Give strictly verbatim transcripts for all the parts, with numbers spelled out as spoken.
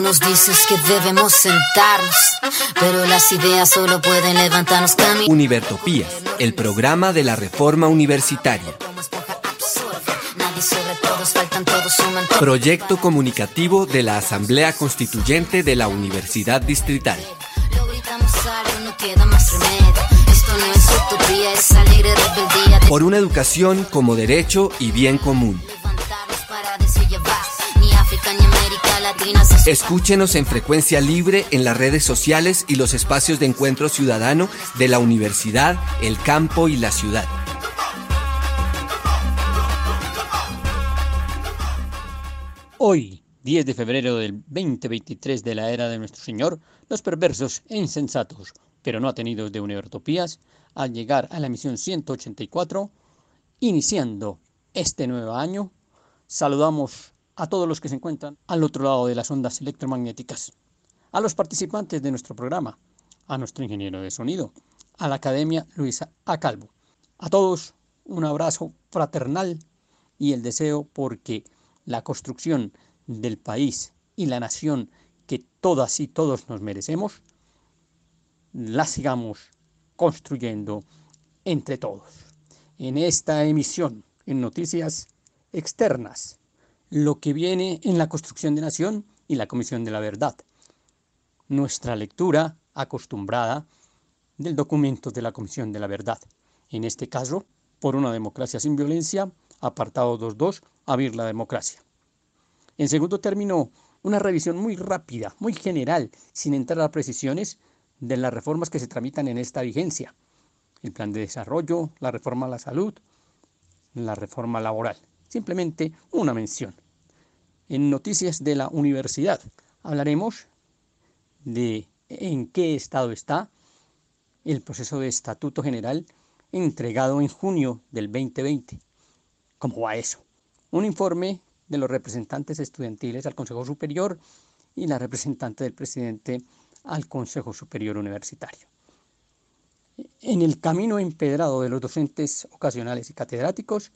nos dices que debemos sentarnos, pero las ideas solo pueden levantarnos camino. Univertopías, el programa de la reforma universitaria. Proyecto comunicativo de la Asamblea Constituyente de la Universidad Distrital. Por una educación como derecho y bien común. Escúchenos en frecuencia libre en las redes sociales y los espacios de encuentro ciudadano de la universidad, el campo y la ciudad. Hoy, diez de febrero del veinte veintitrés de la era de nuestro Señor, los perversos e insensatos, pero no atenidos de Univertopías, al llegar a la emisión ciento ochenta y cuatro, iniciando este nuevo año, saludamos a todos los que se encuentran al otro lado de las ondas electromagnéticas, a los participantes de nuestro programa, a nuestro ingeniero de sonido, a la Academia Luisa A. Calvo. A todos un abrazo fraternal y el deseo porque la construcción del país y la nación que todas y todos nos merecemos, la sigamos construyendo entre todos. En esta emisión, en Noticias Externas, lo que viene en la construcción de nación y la Comisión de la Verdad. Nuestra lectura acostumbrada del documento de la Comisión de la Verdad. En este caso, por una democracia sin violencia, apartado dos punto dos, abrir la democracia. En segundo término, una revisión muy rápida, muy general, sin entrar a precisiones, de las reformas que se tramitan en esta vigencia. El plan de desarrollo, la reforma a la salud, la reforma laboral. Simplemente una mención. En Noticias de la Universidad hablaremos de en qué estado está el proceso de estatuto general entregado en junio del veinte veinte. ¿Cómo va eso? Un informe de los representantes estudiantiles al Consejo Superior y la representante del presidente al Consejo Superior Universitario. En el camino empedrado de los docentes ocasionales y catedráticos,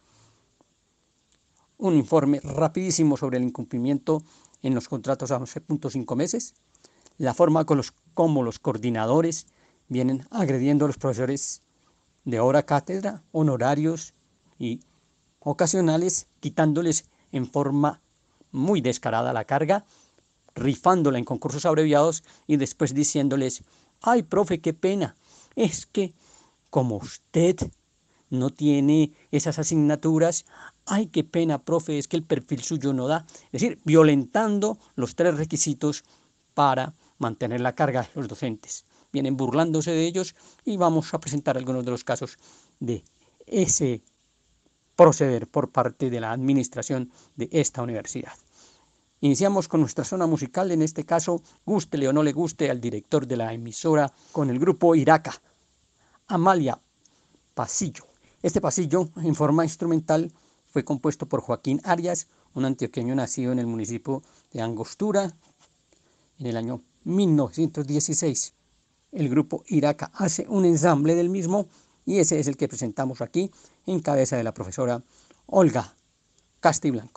un informe rapidísimo sobre el incumplimiento en los contratos a once punto cinco meses, la forma con los, como los coordinadores vienen agrediendo a los profesores de hora cátedra, honorarios y ocasionales, quitándoles en forma muy descarada la carga, rifándola en concursos abreviados y después diciéndoles: ay, profe, qué pena, es que como usted no tiene esas asignaturas, ay, qué pena, profe, es que el perfil suyo no da. Es decir, violentando los tres requisitos para mantener la carga de los docentes. Vienen burlándose de ellos y vamos a presentar algunos de los casos de ese proceder por parte de la administración de esta universidad. Iniciamos con nuestra zona musical, en este caso, gústele o no le guste al director de la emisora, con el grupo Iraca, Amalia Pasillo. Este pasillo, en forma instrumental, fue compuesto por Joaquín Arias, un antioqueño nacido en el municipio de Angostura en el año mil novecientos dieciséis. El grupo Iraca hace un ensamble del mismo y ese es el que presentamos aquí en cabeza de la profesora Olga Castiblanco.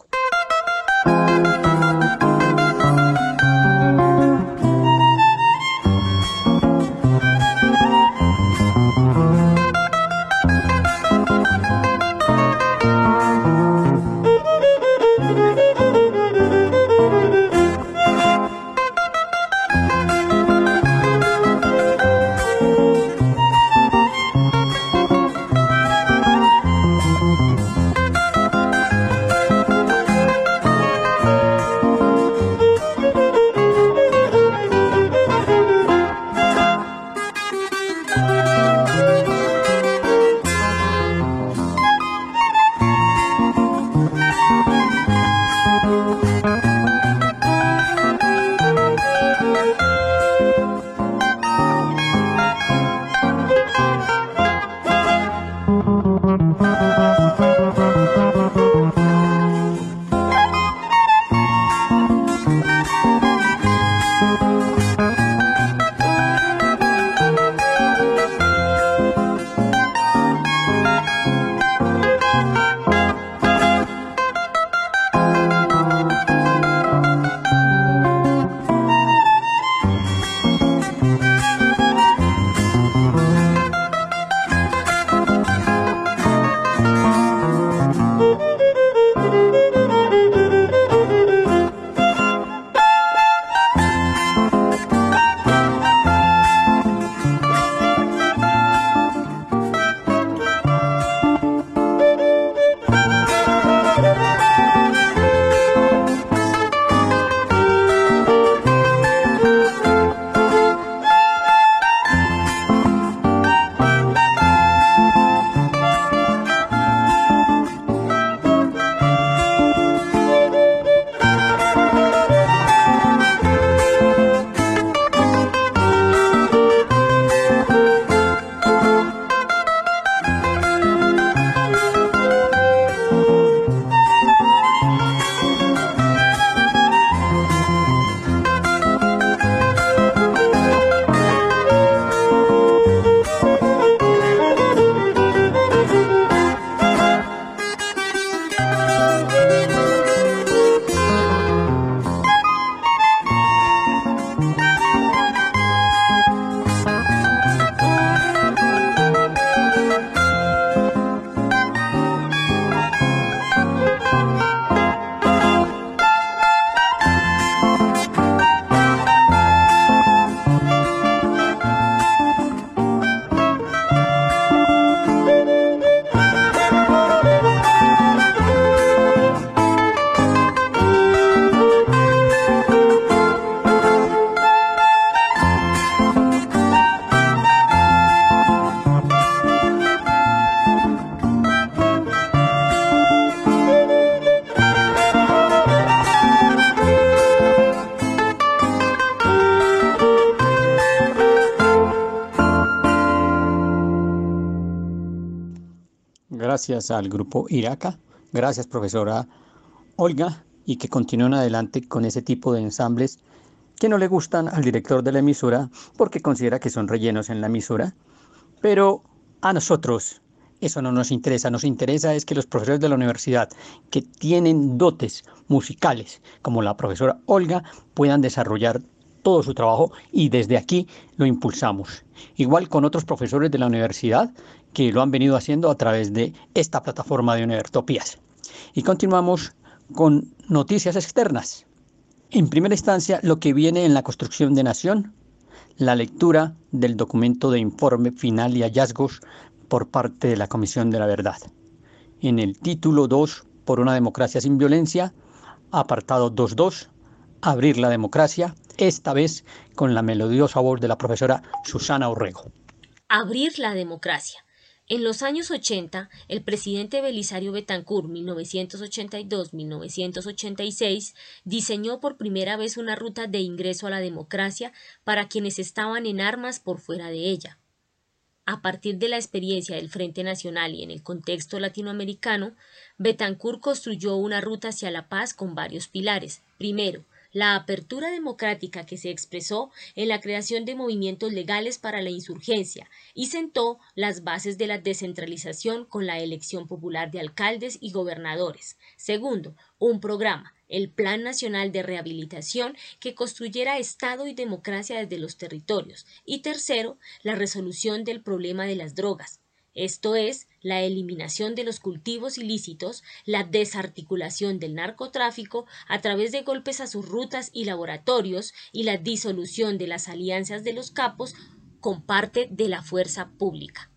gracias al grupo Iraca, gracias profesora Olga, y que continúen adelante con ese tipo de ensambles que no le gustan al director de la emisora porque considera que son rellenos en la emisora, pero a nosotros eso no nos interesa. Nos interesa es que los profesores de la universidad que tienen dotes musicales, como la profesora Olga, puedan desarrollar todo su trabajo y desde aquí lo impulsamos. Igual con otros profesores de la universidad que lo han venido haciendo a través de esta plataforma de Univertopías. Y continuamos con noticias externas. En primera instancia, lo que viene en la construcción de nación, la lectura del documento de informe final y hallazgos por parte de la Comisión de la Verdad. En el título dos, por una democracia sin violencia, apartado dos punto dos, abrir la democracia, esta vez con la melodiosa voz de la profesora Susana Orrego. Abrir la democracia. En los años ochenta, el presidente Belisario Betancur, mil novecientos ochenta y dos a mil novecientos ochenta y seis, diseñó por primera vez una ruta de ingreso a la democracia para quienes estaban en armas por fuera de ella. A partir de la experiencia del Frente Nacional y en el contexto latinoamericano, Betancur construyó una ruta hacia la paz con varios pilares. Primero, la apertura democrática que se expresó en la creación de movimientos legales para la insurgencia y sentó las bases de la descentralización con la elección popular de alcaldes y gobernadores. Segundo, un programa, el Plan Nacional de Rehabilitación, que construyera Estado y democracia desde los territorios. Y tercero, la resolución del problema de las drogas. Esto es, la eliminación de los cultivos ilícitos, la desarticulación del narcotráfico a través de golpes a sus rutas y laboratorios y la disolución de las alianzas de los capos con parte de la fuerza pública.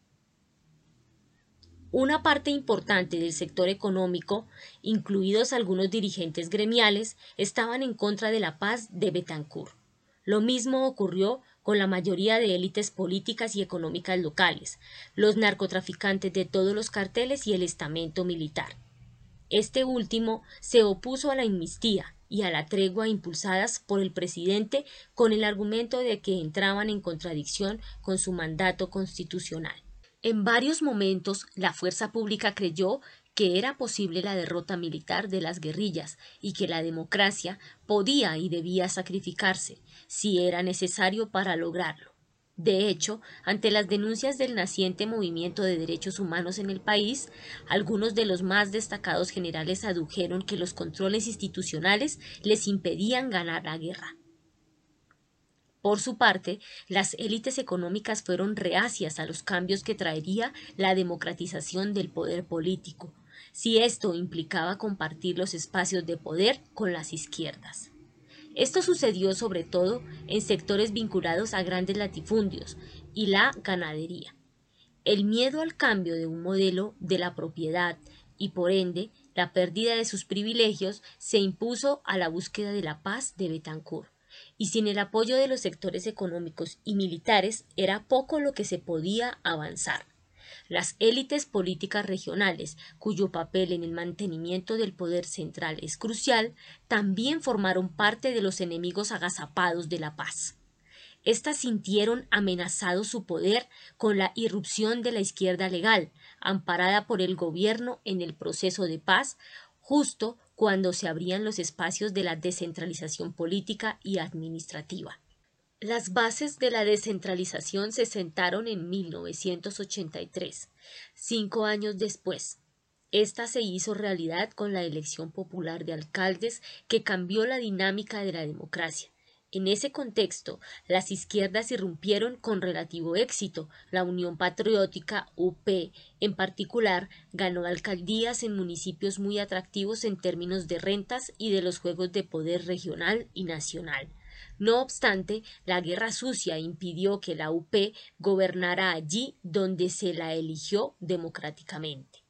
Una parte importante del sector económico, incluidos algunos dirigentes gremiales, estaban en contra de la paz de Betancur. Lo mismo ocurrió con la mayoría de élites políticas y económicas locales, los narcotraficantes de todos los carteles y el estamento militar. Este último se opuso a la amnistía y a la tregua impulsadas por el presidente con el argumento de que entraban en contradicción con su mandato constitucional. En varios momentos, la fuerza pública creyó que era posible la derrota militar de las guerrillas y que la democracia podía y debía sacrificarse, si era necesario para lograrlo. De hecho, ante las denuncias del naciente movimiento de derechos humanos en el país, algunos de los más destacados generales adujeron que los controles institucionales les impedían ganar la guerra. Por su parte, las élites económicas fueron reacias a los cambios que traería la democratización del poder político, si esto implicaba compartir los espacios de poder con las izquierdas. Esto sucedió sobre todo en sectores vinculados a grandes latifundios y la ganadería. El miedo al cambio de un modelo de la propiedad y, por ende, la pérdida de sus privilegios se impuso a la búsqueda de la paz de Betancur. Y sin el apoyo de los sectores económicos y militares era poco lo que se podía avanzar. Las élites políticas regionales, cuyo papel en el mantenimiento del poder central es crucial, también formaron parte de los enemigos agazapados de la paz. Estas sintieron amenazado su poder con la irrupción de la izquierda legal, amparada por el gobierno en el proceso de paz, justo cuando se abrían los espacios de la descentralización política y administrativa. Las bases de la descentralización se sentaron en mil novecientos ochenta y tres, cinco años después. Esta se hizo realidad con la elección popular de alcaldes que cambió la dinámica de la democracia. En ese contexto, las izquierdas irrumpieron con relativo éxito. La Unión Patriótica, U P, en particular, ganó alcaldías en municipios muy atractivos en términos de rentas y de los juegos de poder regional y nacional. No obstante, la guerra sucia impidió que la U P gobernara allí donde se la eligió democráticamente.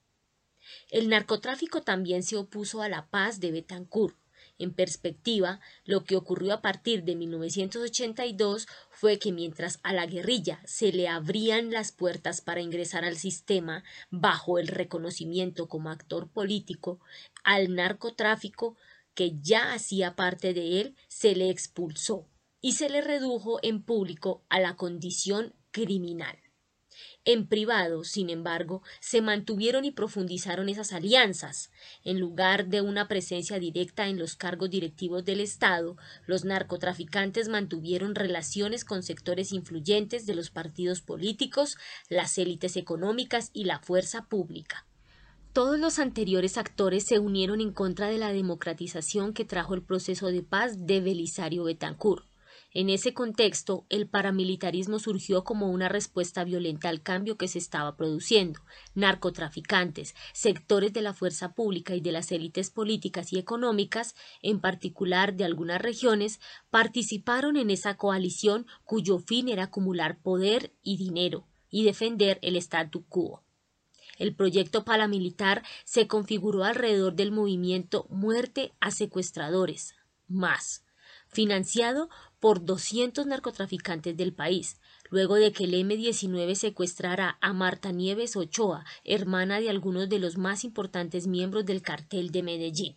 El narcotráfico también se opuso a la paz de Betancur. En perspectiva, lo que ocurrió a partir de mil novecientos ochenta y dos fue que mientras a la guerrilla se le abrían las puertas para ingresar al sistema bajo el reconocimiento como actor político, al narcotráfico, que ya hacía parte de él, se le expulsó y se le redujo en público a la condición criminal. En privado, sin embargo, se mantuvieron y profundizaron esas alianzas. En lugar de una presencia directa en los cargos directivos del Estado, los narcotraficantes mantuvieron relaciones con sectores influyentes de los partidos políticos, las élites económicas y la fuerza pública. Todos los anteriores actores se unieron en contra de la democratización que trajo el proceso de paz de Belisario Betancur. En ese contexto, el paramilitarismo surgió como una respuesta violenta al cambio que se estaba produciendo. Narcotraficantes, sectores de la fuerza pública y de las élites políticas y económicas, en particular de algunas regiones, participaron en esa coalición cuyo fin era acumular poder y dinero y defender el statu quo. El proyecto paramilitar se configuró alrededor del movimiento Muerte a Secuestradores, más, financiado por doscientos narcotraficantes del país, luego de que el eme diecinueve secuestrara a Marta Nieves Ochoa, hermana de algunos de los más importantes miembros del cartel de Medellín.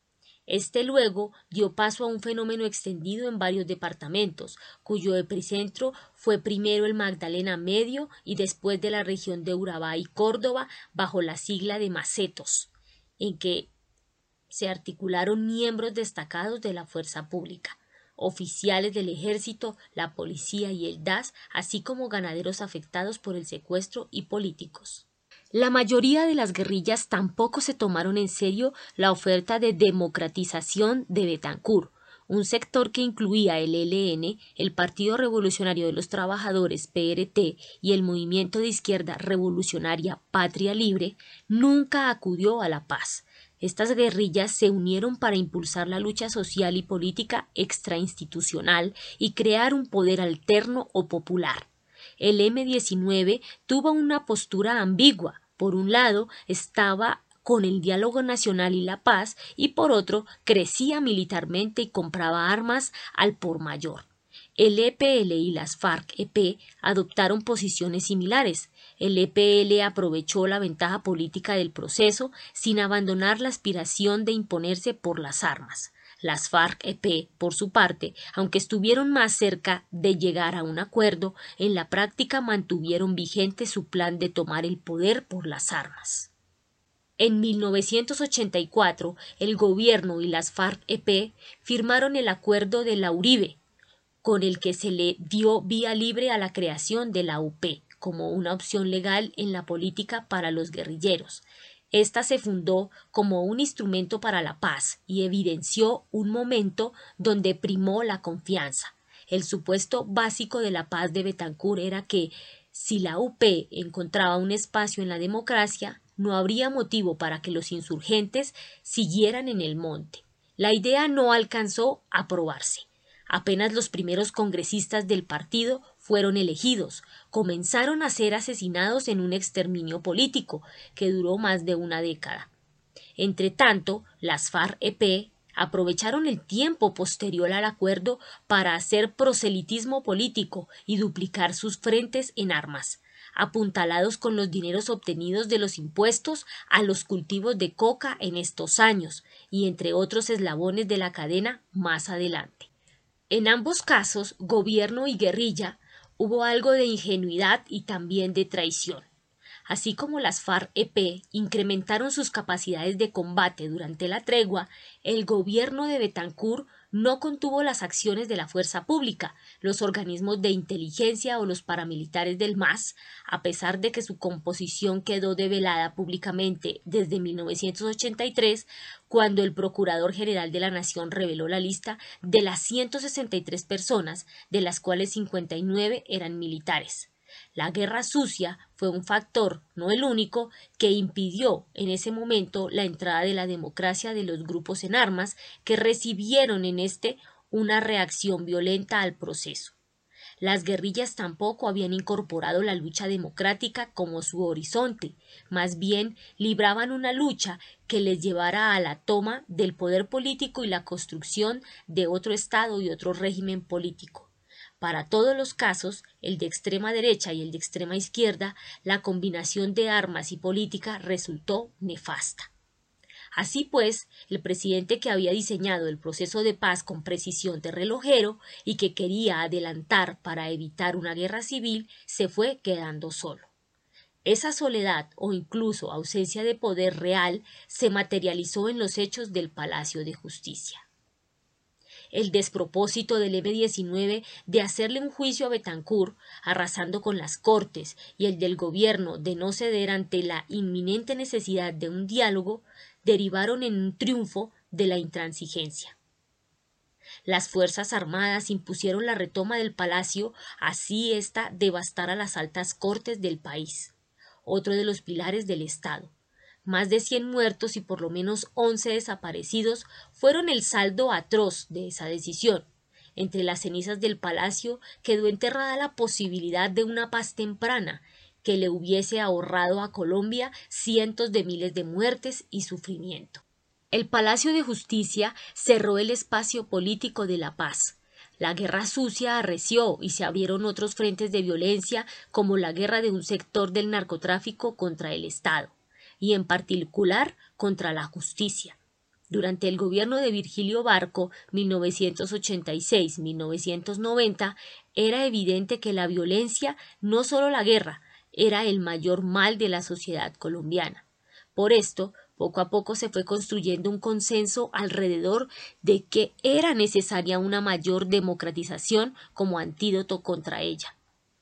Este luego dio paso a un fenómeno extendido en varios departamentos, cuyo epicentro fue primero el Magdalena Medio y después de la región de Urabá y Córdoba bajo la sigla de Macetos, en que se articularon miembros destacados de la fuerza pública, oficiales del ejército, la policía y el D A S, así como ganaderos afectados por el secuestro y políticos. La mayoría de las guerrillas tampoco se tomaron en serio la oferta de democratización de Betancur, un sector que incluía el E L N, el Partido Revolucionario de los Trabajadores P R T y el Movimiento de Izquierda Revolucionaria Patria Libre, nunca acudió a la paz. Estas guerrillas se unieron para impulsar la lucha social y política extrainstitucional y crear un poder alterno o popular. El eme diecinueve tuvo una postura ambigua. Por un lado, estaba con el diálogo nacional y la paz, y por otro, crecía militarmente y compraba armas al por mayor. El E P L y las FARC-E P adoptaron posiciones similares. El E P L aprovechó la ventaja política del proceso sin abandonar la aspiración de imponerse por las armas. Las FARC-E P, por su parte, aunque estuvieron más cerca de llegar a un acuerdo, en la práctica mantuvieron vigente su plan de tomar el poder por las armas. En mil novecientos ochenta y cuatro, el gobierno y las FARC-E P firmaron el Acuerdo de la Uribe, con el que se le dio vía libre a la creación de la U P como una opción legal en la política para los guerrilleros. Esta se fundó como un instrumento para la paz y evidenció un momento donde primó la confianza. El supuesto básico de la paz de Betancur era que, si la U P encontraba un espacio en la democracia, no habría motivo para que los insurgentes siguieran en el monte. La idea no alcanzó a aprobarse. Apenas los primeros congresistas del partido fueron elegidos, comenzaron a ser asesinados en un exterminio político que duró más de una década. Entretanto, las FARC-E P aprovecharon el tiempo posterior al acuerdo para hacer proselitismo político y duplicar sus frentes en armas, apuntalados con los dineros obtenidos de los impuestos a los cultivos de coca en estos años y entre otros eslabones de la cadena más adelante. En ambos casos, gobierno y guerrilla, hubo algo de ingenuidad y también de traición. Así como las FARC-E P incrementaron sus capacidades de combate durante la tregua, el gobierno de Betancur no contuvo las acciones de la fuerza pública, los organismos de inteligencia o los paramilitares del M A S, a pesar de que su composición quedó develada públicamente desde mil novecientos ochenta y tres, cuando el Procurador General de la Nación reveló la lista de las ciento sesenta y tres personas, de las cuales cincuenta y nueve eran militares. La guerra sucia fue un factor, no el único, que impidió en ese momento la entrada de la democracia de los grupos en armas que recibieron en este una reacción violenta al proceso. Las guerrillas tampoco habían incorporado la lucha democrática como su horizonte, más bien libraban una lucha que les llevara a la toma del poder político y la construcción de otro Estado y otro régimen político. Para todos los casos, el de extrema derecha y el de extrema izquierda, la combinación de armas y política resultó nefasta. Así pues, el presidente que había diseñado el proceso de paz con precisión de relojero y que quería adelantar para evitar una guerra civil, se fue quedando solo. Esa soledad o incluso ausencia de poder real se materializó en los hechos del Palacio de Justicia. El despropósito del eme diecinueve de hacerle un juicio a Betancur, arrasando con las Cortes, y el del gobierno de no ceder ante la inminente necesidad de un diálogo, derivaron en un triunfo de la intransigencia. Las Fuerzas Armadas impusieron la retoma del palacio, así ésta devastara las altas cortes del país, otro de los pilares del Estado. Más de cien muertos y por lo menos once desaparecidos fueron el saldo atroz de esa decisión. Entre las cenizas del palacio quedó enterrada la posibilidad de una paz temprana que le hubiese ahorrado a Colombia cientos de miles de muertes y sufrimiento. El Palacio de Justicia cerró el espacio político de la paz. La guerra sucia arreció y se abrieron otros frentes de violencia, como la guerra de un sector del narcotráfico contra el Estado, y en particular contra la justicia. Durante el gobierno de Virgilio Barco, mil novecientos ochenta y seis a mil novecientos noventa, era evidente que la violencia, no solo la guerra, era el mayor mal de la sociedad colombiana. Por esto, poco a poco se fue construyendo un consenso alrededor de que era necesaria una mayor democratización como antídoto contra ella.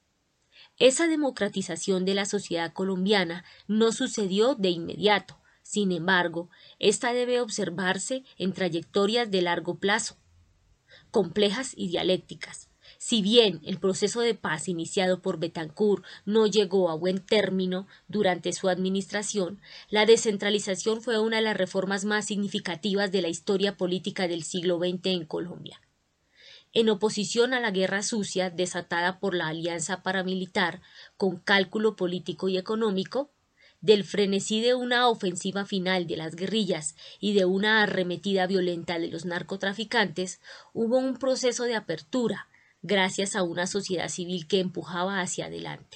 Esa democratización de la sociedad colombiana no sucedió de inmediato. Sin embargo, esta debe observarse en trayectorias de largo plazo, complejas y dialécticas. Si bien el proceso de paz iniciado por Betancur no llegó a buen término durante su administración, la descentralización fue una de las reformas más significativas de la historia política del siglo veinte en Colombia. En oposición a la guerra sucia desatada por la alianza paramilitar con cálculo político y económico, del frenesí de una ofensiva final de las guerrillas y de una arremetida violenta de los narcotraficantes, hubo un proceso de apertura, gracias a una sociedad civil que empujaba hacia adelante.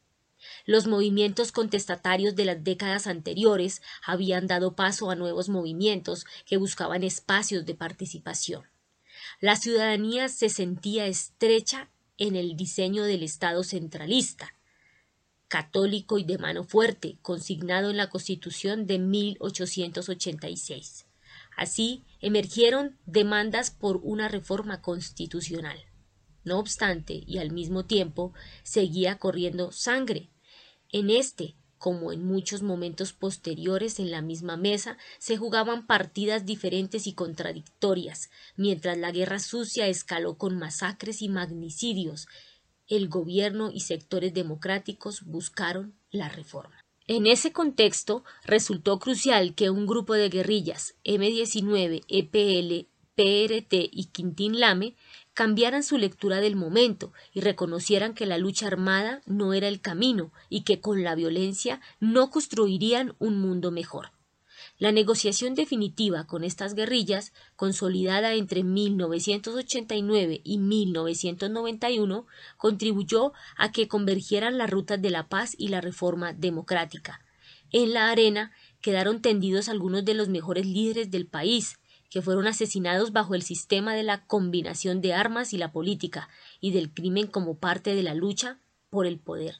Los movimientos contestatarios de las décadas anteriores habían dado paso a nuevos movimientos que buscaban espacios de participación. La ciudadanía se sentía estrecha en el diseño del Estado centralista, católico y de mano fuerte, consignado en la Constitución de mil ochocientos ochenta y seis. Así emergieron demandas por una reforma constitucional. No obstante, y al mismo tiempo, seguía corriendo sangre. En este, como en muchos momentos posteriores en la misma mesa, se jugaban partidas diferentes y contradictorias, mientras la guerra sucia escaló con masacres y magnicidios. El gobierno y sectores democráticos buscaron la reforma. En ese contexto, resultó crucial que un grupo de guerrillas, eme diecinueve, e pe ele, pe erre te y Quintín Lame, cambiaran su lectura del momento y reconocieran que la lucha armada no era el camino y que con la violencia no construirían un mundo mejor. La negociación definitiva con estas guerrillas, consolidada entre mil novecientos ochenta y nueve y mil novecientos noventa y uno, contribuyó a que convergieran las rutas de la paz y la reforma democrática. En la arena quedaron tendidos algunos de los mejores líderes del país, que fueron asesinados bajo el sistema de la combinación de armas y la política, y del crimen como parte de la lucha por el poder.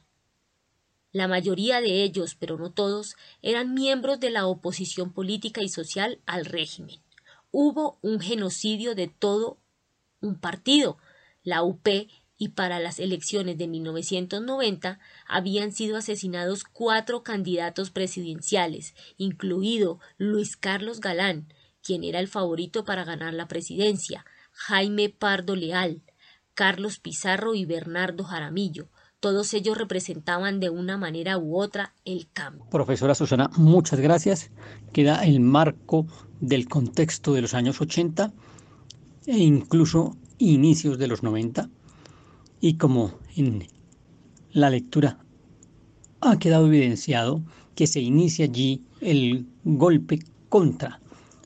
La mayoría de ellos, pero no todos, eran miembros de la oposición política y social al régimen. Hubo un genocidio de todo un partido, la u pe, y para las elecciones de mil novecientos noventa habían sido asesinados cuatro candidatos presidenciales, incluido Luis Carlos Galán, quien era el favorito para ganar la presidencia, Jaime Pardo Leal, Carlos Pizarro y Bernardo Jaramillo. Todos ellos representaban de una manera u otra el cambio. Profesora Susana, muchas gracias. Queda el marco del contexto de los años ochenta e incluso inicios de los noventa. Y como en la lectura ha quedado evidenciado que se inicia allí el golpe contra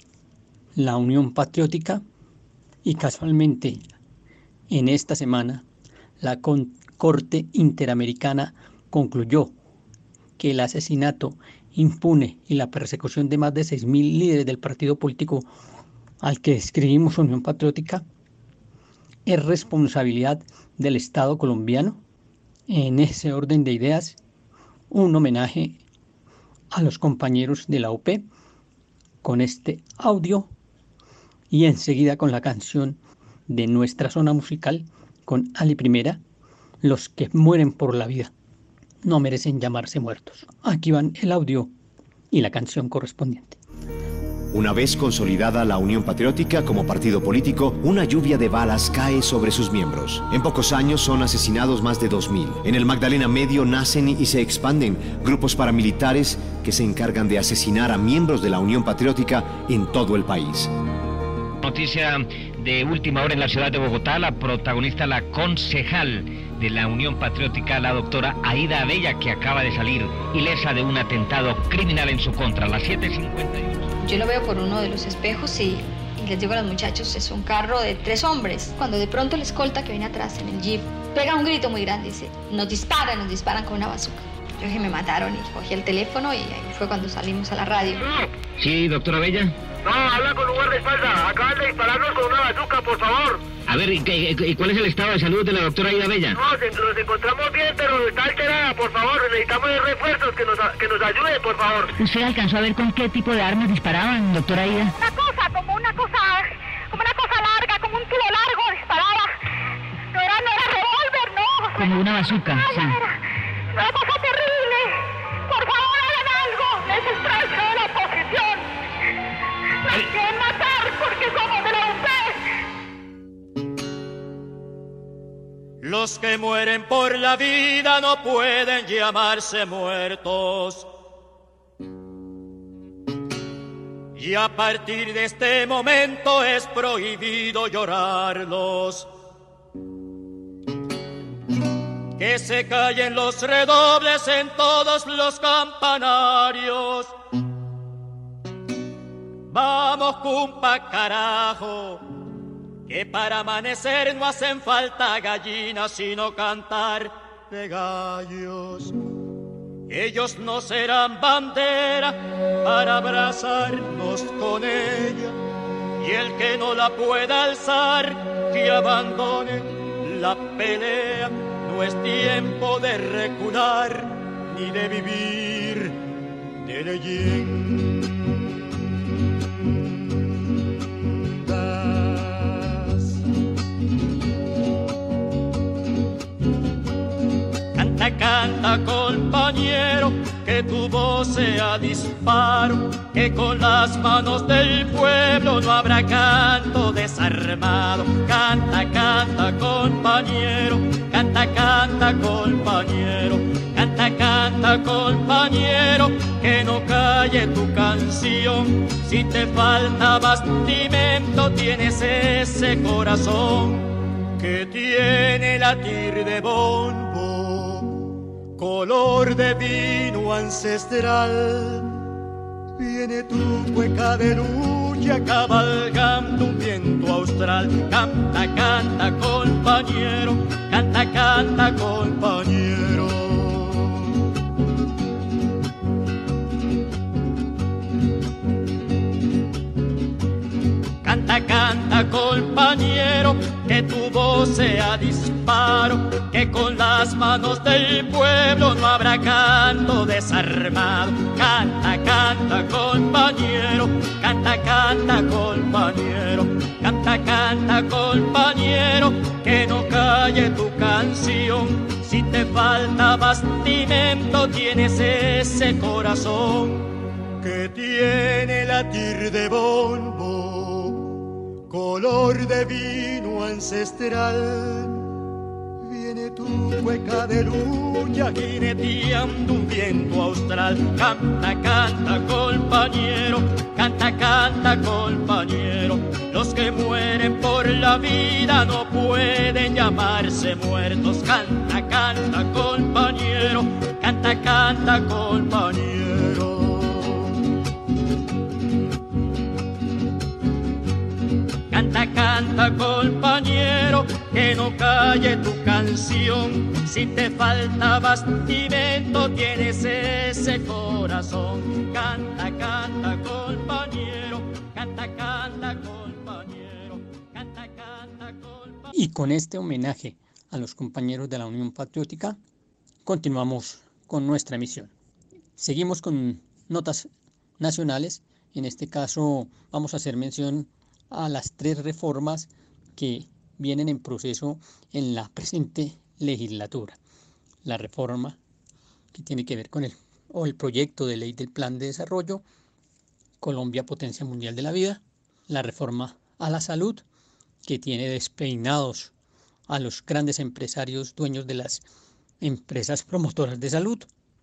la Unión Patriótica, y casualmente en esta semana la Corte Interamericana concluyó que el asesinato impune y la persecución de más de seis mil líderes del partido político al que escribimos Unión Patriótica es responsabilidad del Estado colombiano. En ese orden de ideas, un homenaje a los compañeros de la U P con este audio y enseguida con la canción de nuestra zona musical con Ali Primera, Los que mueren por la vida no merecen llamarse muertos. Aquí van el audio y la canción correspondiente. Una vez consolidada la Unión Patriótica como partido político, una lluvia de balas cae sobre sus miembros. En pocos años son asesinados más de dos mil. En el Magdalena Medio nacen y se expanden grupos paramilitares que se encargan de asesinar a miembros de la Unión Patriótica en todo el país. Noticia de última hora en la ciudad de Bogotá, la protagonista, la concejal de la Unión Patriótica, la doctora Aida Abella, que acaba de salir ilesa de un atentado criminal en su contra, a las siete cincuenta y uno. Yo lo veo por uno de los espejos y, y les digo a los muchachos, es un carro de tres hombres. Cuando de pronto el escolta que viene atrás en el jeep pega un grito muy grande y dice, nos disparan, nos disparan con una bazooka. Yo dije, me mataron y cogí el teléfono y ahí fue cuando salimos a la radio. Sí, doctora Abella. No, habla con un guardaespaldas. Acaban de dispararnos con una bazooka, por favor. A ver, ¿y, qué, y cuál es el estado de salud de la doctora Aida Abella? No, se, los encontramos bien, pero está alterada, por favor. Necesitamos refuerzos que nos, que nos ayuden, por favor. ¿Usted alcanzó a ver con qué tipo de armas disparaban, doctora Aida? Una cosa, como una cosa, como una cosa larga, como un tiro largo disparaba. No era, no era revólver, no. Como una bazooka, no, sí. Era una cosa terrible. Por favor, hagan algo. Es el precio de la oposición. Nos quieren matar porque somos de la U P. Los que mueren por la vida no pueden llamarse muertos. Y a partir de este momento es prohibido llorarlos. Que se callen los redobles en todos los campanarios. Vamos, cumpa, carajo, que para amanecer no hacen falta gallinas, sino cantar de gallos. Ellos no serán bandera para abrazarnos con ella, y el que no la pueda alzar, que abandone la pelea. No es tiempo de recular, ni de vivir de leyendas. Canta, canta, compañero, que tu voz sea disparo, que con las manos del pueblo no habrá canto desarmado. Canta, canta, compañero, canta, canta, compañero, canta, canta, compañero, que no calle tu canción. Si te falta bastimento, tienes ese corazón que tiene latir de bombo, color de vino ancestral. Viene tu cueca de lucha cabalgando un viento austral. Canta, canta, compañero, canta, canta, compañero. Canta, canta, compañero, que tu voz sea disparo, que con las manos del pueblo no habrá canto desarmado. Canta, canta, compañero, canta, canta, compañero, canta, canta, compañero, que no calle tu canción. Si te falta bastimento, tienes ese corazón que tiene latir de bombo, color de vino ancestral. Viene tu cueca de lucha jineteando un viento austral. Canta, canta, compañero, canta, canta, compañero. Los que mueren por la vida no pueden llamarse muertos. Canta, canta, compañero, canta, canta, compañero. Canta, canta, compañero, que no calle tu canción. Si te falta bastimento, tienes ese corazón. Canta, canta, compañero, canta, canta, compañero, canta, canta, compañero. Y con este homenaje a los compañeros de la Unión Patriótica, continuamos con nuestra emisión. Seguimos con notas nacionales. En este caso vamos a hacer mención a las tres reformas que vienen en proceso en la presente legislatura. La reforma que tiene que ver con el, o el proyecto de ley del Plan de Desarrollo Colombia Potencia Mundial de la Vida, la reforma a la salud, que tiene despeinados a los grandes empresarios dueños de las empresas promotoras de salud,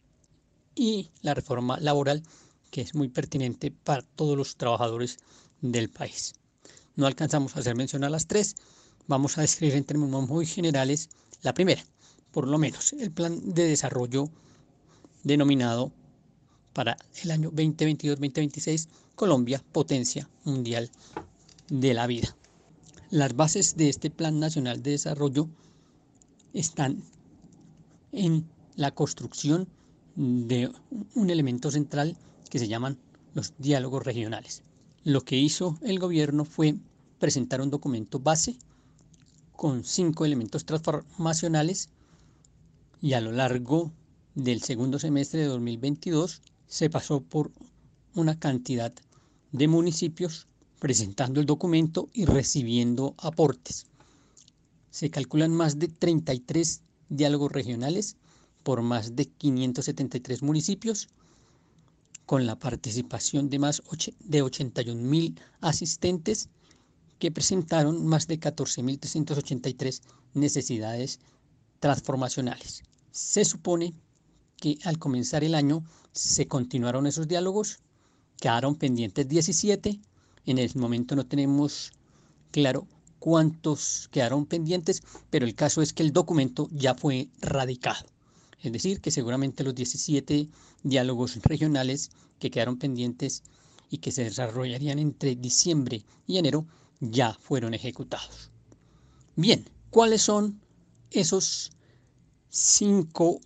y la reforma laboral, que es muy pertinente para todos los trabajadores del país. No alcanzamos a hacer mención a las tres, vamos a describir en términos muy generales la primera, por lo menos el plan de desarrollo denominado para el año veinte veintidós veinte veintiséis Colombia Potencia Mundial de la Vida. Las bases de este Plan Nacional de Desarrollo están en la construcción de un elemento central que se llaman los diálogos regionales. Lo que hizo el gobierno fue presentar un documento base con cinco elementos transformacionales, y a lo largo del segundo semestre de dos mil veintidós se pasó por una cantidad de municipios presentando el documento y recibiendo aportes. Se calculan más de treinta y tres diálogos regionales por más de quinientos setenta y tres municipios, con la participación de más de ochenta y un mil asistentes que presentaron más de catorce mil trescientas ochenta y tres necesidades transformacionales. Se supone que al comenzar el año se continuaron esos diálogos, quedaron pendientes diecisiete, en el momento no tenemos claro cuántos quedaron pendientes, pero el caso es que el documento ya fue radicado. Es decir, que seguramente los diecisiete diálogos regionales que quedaron pendientes y que se desarrollarían entre diciembre y enero ya fueron ejecutados. Bien, ¿cuáles son esos cinco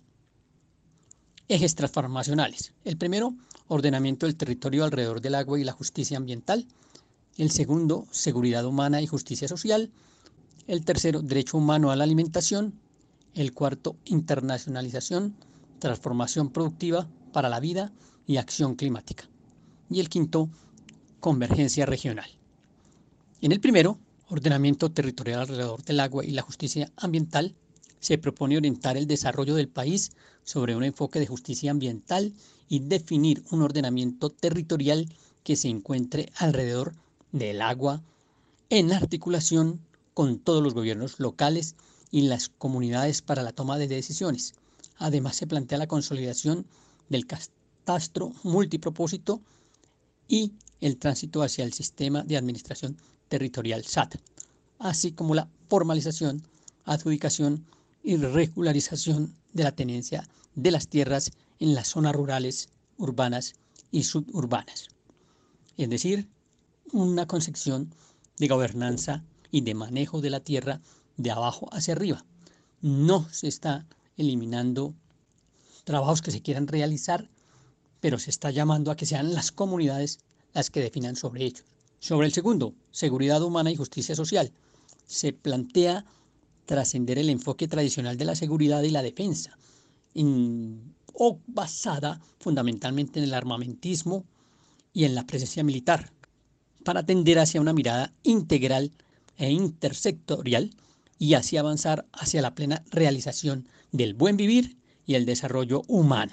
ejes transformacionales? El primero, ordenamiento del territorio alrededor del agua y la justicia ambiental. El segundo, seguridad humana y justicia social. El tercero, derecho humano a la alimentación. El cuarto, internacionalización, transformación productiva para la vida y acción climática. Y el quinto, convergencia regional. En el primero, ordenamiento territorial alrededor del agua y la justicia ambiental, se propone orientar el desarrollo del país sobre un enfoque de justicia ambiental y definir un ordenamiento territorial que se encuentre alrededor del agua en articulación con todos los gobiernos locales y las comunidades para la toma de decisiones. Además, se plantea la consolidación del catastro multipropósito y el tránsito hacia el sistema de administración territorial S A T, así como la formalización, adjudicación y regularización de la tenencia de las tierras en las zonas rurales, urbanas y suburbanas. Es decir, una concepción de gobernanza y de manejo de la tierra de abajo hacia arriba. No se está eliminando trabajos que se quieran realizar, pero se está llamando a que sean las comunidades las que definan sobre ellos. Sobre el segundo, seguridad humana y justicia social, se plantea trascender el enfoque tradicional de la seguridad y la defensa, en, o basada fundamentalmente en el armamentismo y en la presencia militar, para tender hacia una mirada integral e intersectorial y así avanzar hacia la plena realización del buen vivir y el desarrollo humano.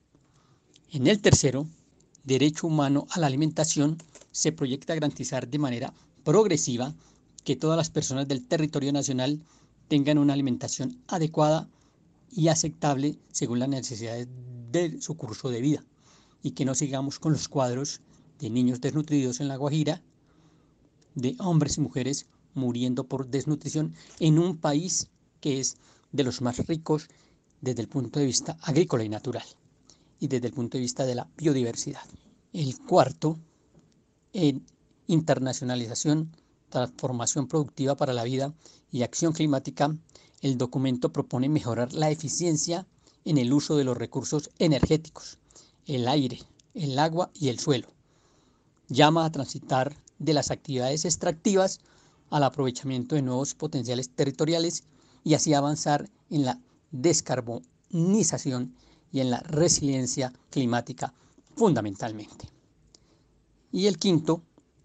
En el tercero, derecho humano a la alimentación, se proyecta garantizar de manera progresiva que todas las personas del territorio nacional tengan una alimentación adecuada y aceptable según las necesidades de su curso de vida, y que no sigamos con los cuadros de niños desnutridos en La Guajira, de hombres y mujeres muriendo por desnutrición en un país que es de los más ricos desde el punto de vista agrícola y natural y desde el punto de vista de la biodiversidad. El cuarto, en internacionalización, transformación productiva para la vida y acción climática, el documento propone mejorar la eficiencia en el uso de los recursos energéticos, el aire, el agua y el suelo. Llama a transitar de las actividades extractivas al aprovechamiento de nuevos potenciales territoriales y así avanzar en la descarbonización y en la resiliencia climática fundamentalmente. Y el quinto,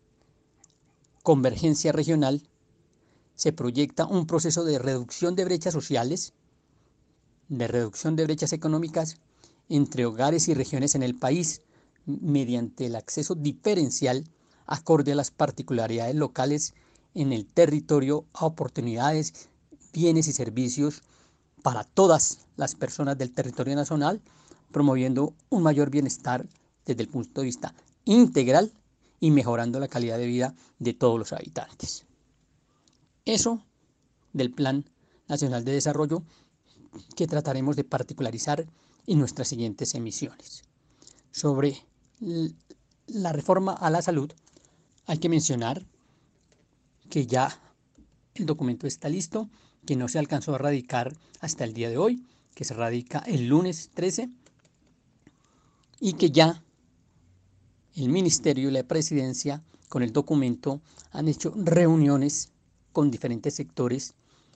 convergencia regional. Se proyecta un proceso de reducción de brechas sociales, de reducción de brechas económicas entre hogares y regiones en el país mediante el acceso diferencial acorde a las particularidades locales en el territorio a oportunidades, bienes y servicios para todas las personas del territorio nacional, promoviendo un mayor bienestar desde el punto de vista integral y mejorando la calidad de vida de todos los habitantes. Eso del Plan Nacional de Desarrollo que trataremos de particularizar en nuestras siguientes emisiones. Sobre la reforma a la salud, hay que mencionar que ya el documento está listo, que no se alcanzó a radicar hasta el día de hoy, que se radica el lunes trece, y que ya el Ministerio y la Presidencia con el documento han hecho reuniones con diferentes sectores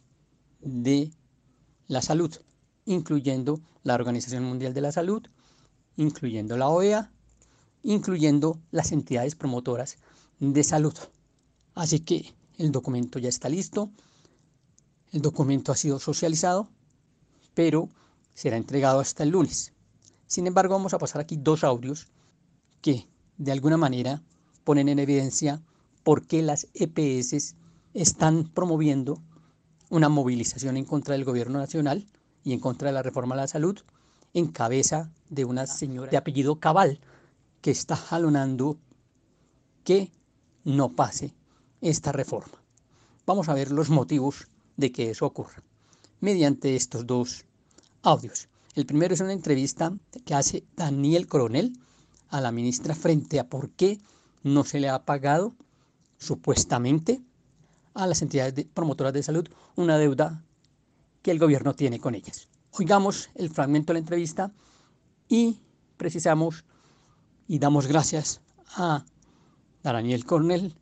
de la salud, incluyendo la Organización Mundial de la Salud, incluyendo la O E A, incluyendo las entidades promotoras de salud. Así que el documento ya está listo, el documento ha sido socializado, pero será entregado hasta el lunes. Sin embargo, vamos a pasar aquí dos audios que de alguna manera ponen en evidencia por qué las E P S están promoviendo una movilización en contra del gobierno nacional y en contra de la reforma a la salud, en cabeza de una señora de apellido Cabal, que está jalonando que no pase esta reforma. Vamos a ver los motivos de que eso ocurra mediante estos dos audios. El primero es una entrevista que hace Daniel Coronel a la ministra frente a por qué no se le ha pagado supuestamente a las entidades de, promotoras de salud una deuda que el gobierno tiene con ellas. Oigamos el fragmento de la entrevista y precisamos y damos gracias a Daniel Coronel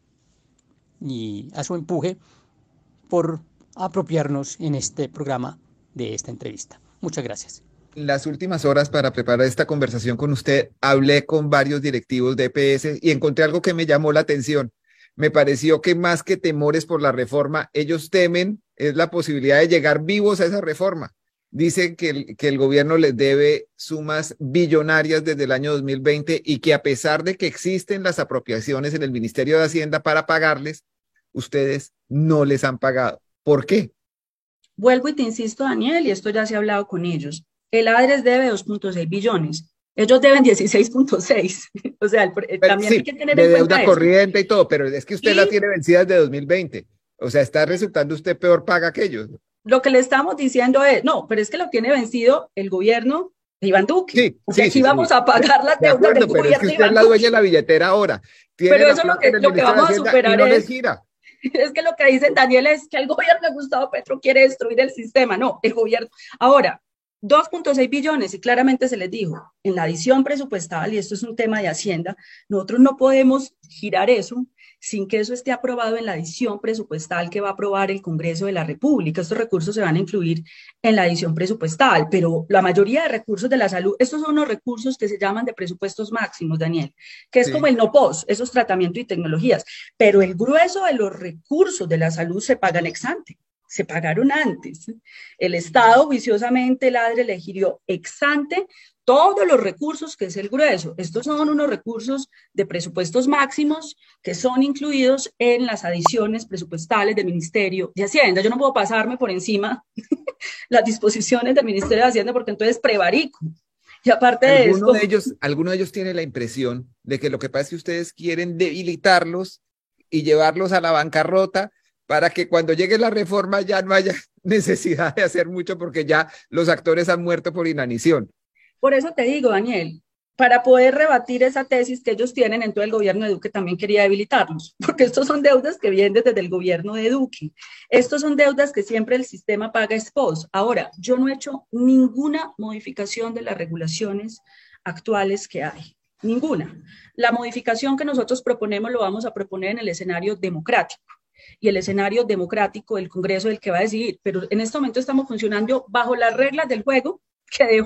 y a su empuje por apropiarnos en este programa de esta entrevista. Muchas gracias. En las últimas horas para preparar esta conversación con usted, hablé con varios directivos de E P S y encontré algo que me llamó la atención. Me pareció que más que temores por la reforma, ellos temen es la posibilidad de llegar vivos a esa reforma. Dicen que el, que el gobierno les debe sumas billonarias desde el año dos mil veinte y que a pesar de que existen las apropiaciones en el Ministerio de Hacienda para pagarles, ustedes no les han pagado. ¿Por qué? Vuelvo y te insisto, Daniel, y esto ya se ha hablado con ellos. El ADRES debe dos punto seis billones. Ellos deben dieciséis punto seis. O sea, el, pero, también sí, hay que tener de en cuenta deuda eso. corriente y todo, pero es que usted y, la tiene vencida desde dos mil veinte. O sea, está resultando usted peor paga que ellos. Lo que le estamos diciendo es, no, pero es que lo tiene vencido el gobierno de Iván Duque. Sí, o sea, sí, aquí sí, vamos sí. a pagar las de deudas acuerdo, del pero gobierno es que de usted Iván es la Duque. dueña de la billetera ahora. Tiene Pero la eso es lo plata que, en el lo que Ministerio de vamos a Hacienda superar y no es, les gira. es que lo que dicen, Daniel, es que el gobierno de Gustavo Petro quiere destruir el sistema. No, el gobierno. Ahora, dos punto seis billones, y claramente se les dijo, en la adición presupuestal, y esto es un tema de Hacienda, nosotros no podemos girar eso sin que eso esté aprobado en la adición presupuestal que va a aprobar el Congreso de la República. Estos recursos se van a incluir en la adición presupuestal, pero la mayoría de recursos de la salud, estos son unos recursos que se llaman de presupuestos máximos, Daniel, que es sí. como el no pos, esos tratamientos y tecnologías, pero el grueso de los recursos de la salud se pagan ex ante. Se pagaron antes. El Estado juiciosamente, el ADRE le girió ex ante todos los recursos, que es el grueso. Estos son unos recursos de presupuestos máximos que son incluidos en las adiciones presupuestales del Ministerio de Hacienda. Yo no puedo pasarme por encima las disposiciones del Ministerio de Hacienda porque entonces prevarico. Y aparte de ¿Alguno esto... de ellos, alguno de ellos tiene la impresión de que lo que pasa es que ustedes quieren debilitarlos y llevarlos a la bancarrota para que cuando llegue la reforma ya no haya necesidad de hacer mucho porque ya los actores han muerto por inanición? Por eso te digo, Daniel, para poder rebatir esa tesis que ellos tienen, entonces el gobierno de Duque también quería debilitarlos, porque estos son deudas que vienen desde el gobierno de Duque. Estos son deudas que siempre el sistema paga ex post. Ahora, yo no he hecho ninguna modificación de las regulaciones actuales que hay. Ninguna. La modificación que nosotros proponemos lo vamos a proponer en el escenario democrático. Y el escenario democrático del Congreso del que va a decidir, pero en este momento estamos funcionando bajo las reglas del juego que dejó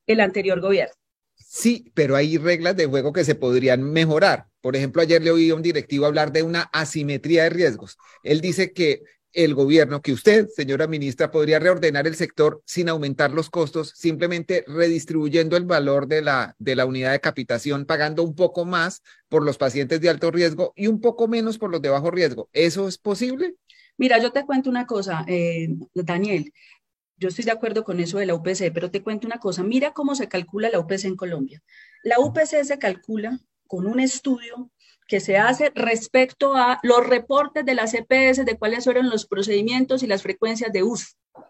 el anterior gobierno. Sí, pero hay reglas de juego que se podrían mejorar. Por ejemplo, ayer le oí a un directivo hablar de una asimetría de riesgos. Él dice que el gobierno, que usted, señora ministra, podría reordenar el sector sin aumentar los costos, simplemente redistribuyendo el valor de la, de la unidad de capitación, pagando un poco más por los pacientes de alto riesgo y un poco menos por los de bajo riesgo. ¿Eso es posible? Mira, yo te cuento una cosa, eh, Daniel. Yo estoy de acuerdo con eso de la U P C, pero te cuento una cosa. Mira cómo se calcula la U P C en Colombia. La U P C se calcula con un estudio que se hace respecto a los reportes de las E P S de cuáles fueron los procedimientos y las frecuencias de uso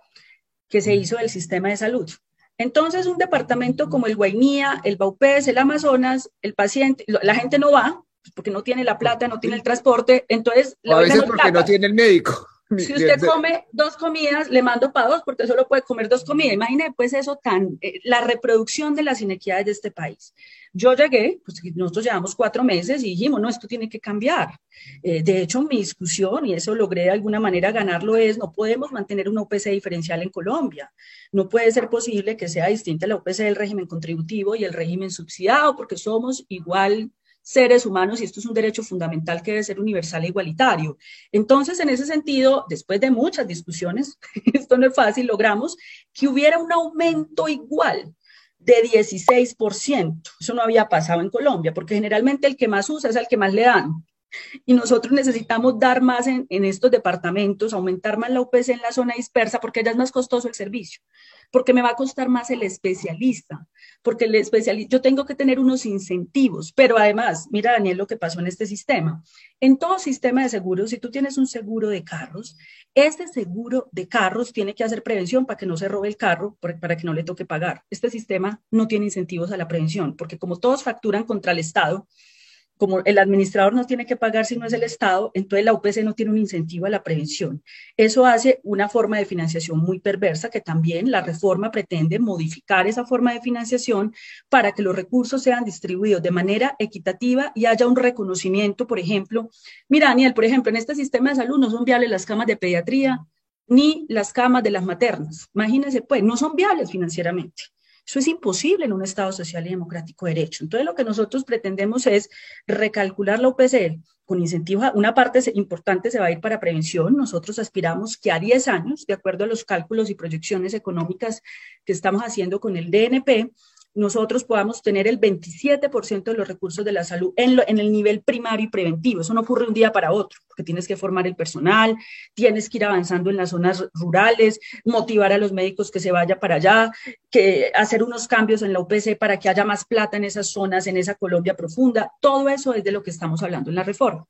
que se hizo del sistema de salud. Entonces, un departamento como el Guainía, el Baupés, el Amazonas, el paciente, la gente no va porque no tiene la plata, no tiene el transporte, entonces... A veces porque plata. No tiene el médico. Si usted come dos comidas, le mando para dos porque solo puede comer dos comidas. Imagine pues eso tan, eh, la reproducción de las inequidades de este país. Yo llegué, pues nosotros llevamos cuatro meses y dijimos, no, esto tiene que cambiar. Eh, de hecho, mi discusión, y eso logré de alguna manera ganarlo, es no podemos mantener una U P C diferencial en Colombia. No puede ser posible que sea distinta la U P C del régimen contributivo y el régimen subsidiado porque somos igual seres humanos y esto es un derecho fundamental que debe ser universal e igualitario. Entonces, en ese sentido, después de muchas discusiones, esto no es fácil, logramos que hubiera un aumento igual de dieciséis por ciento. Eso no había pasado en Colombia, porque generalmente el que más usa es al que más le dan. Y nosotros necesitamos dar más en, en estos departamentos, aumentar más la U P C en la zona dispersa, porque allá es más costoso el servicio, porque me va a costar más el especialista, porque el especialista, yo tengo que tener unos incentivos, pero además, mira Daniel lo que pasó en este sistema. En todo sistema de seguros, si tú tienes un seguro de carros, este seguro de carros tiene que hacer prevención para que no se robe el carro, para que no le toque pagar. Este sistema no tiene incentivos a la prevención, porque como todos facturan contra el Estado, como el administrador no tiene que pagar si no es el Estado, entonces la U P C no tiene un incentivo a la prevención. Eso hace una forma de financiación muy perversa que también la reforma pretende modificar esa forma de financiación para que los recursos sean distribuidos de manera equitativa y haya un reconocimiento, por ejemplo. Mira, Daniel, por ejemplo, en este sistema de salud no son viables las camas de pediatría ni las camas de las maternas. Imagínense, pues, no son viables financieramente. Eso es imposible en un Estado social y democrático de derecho. Entonces, lo que nosotros pretendemos es recalcular la U P C con incentivos. Una parte importante se va a ir para prevención. Nosotros aspiramos que a diez años, de acuerdo a los cálculos y proyecciones económicas que estamos haciendo con el D N P, nosotros podamos tener el veintisiete por ciento de los recursos de la salud en, lo, en el nivel primario y preventivo. Eso no ocurre un día para otro, porque tienes que formar el personal, tienes que ir avanzando en las zonas rurales, motivar a los médicos que se vayan para allá, que hacer unos cambios en la U P C para que haya más plata en esas zonas, en esa Colombia profunda. Todo eso es de lo que estamos hablando en la reforma.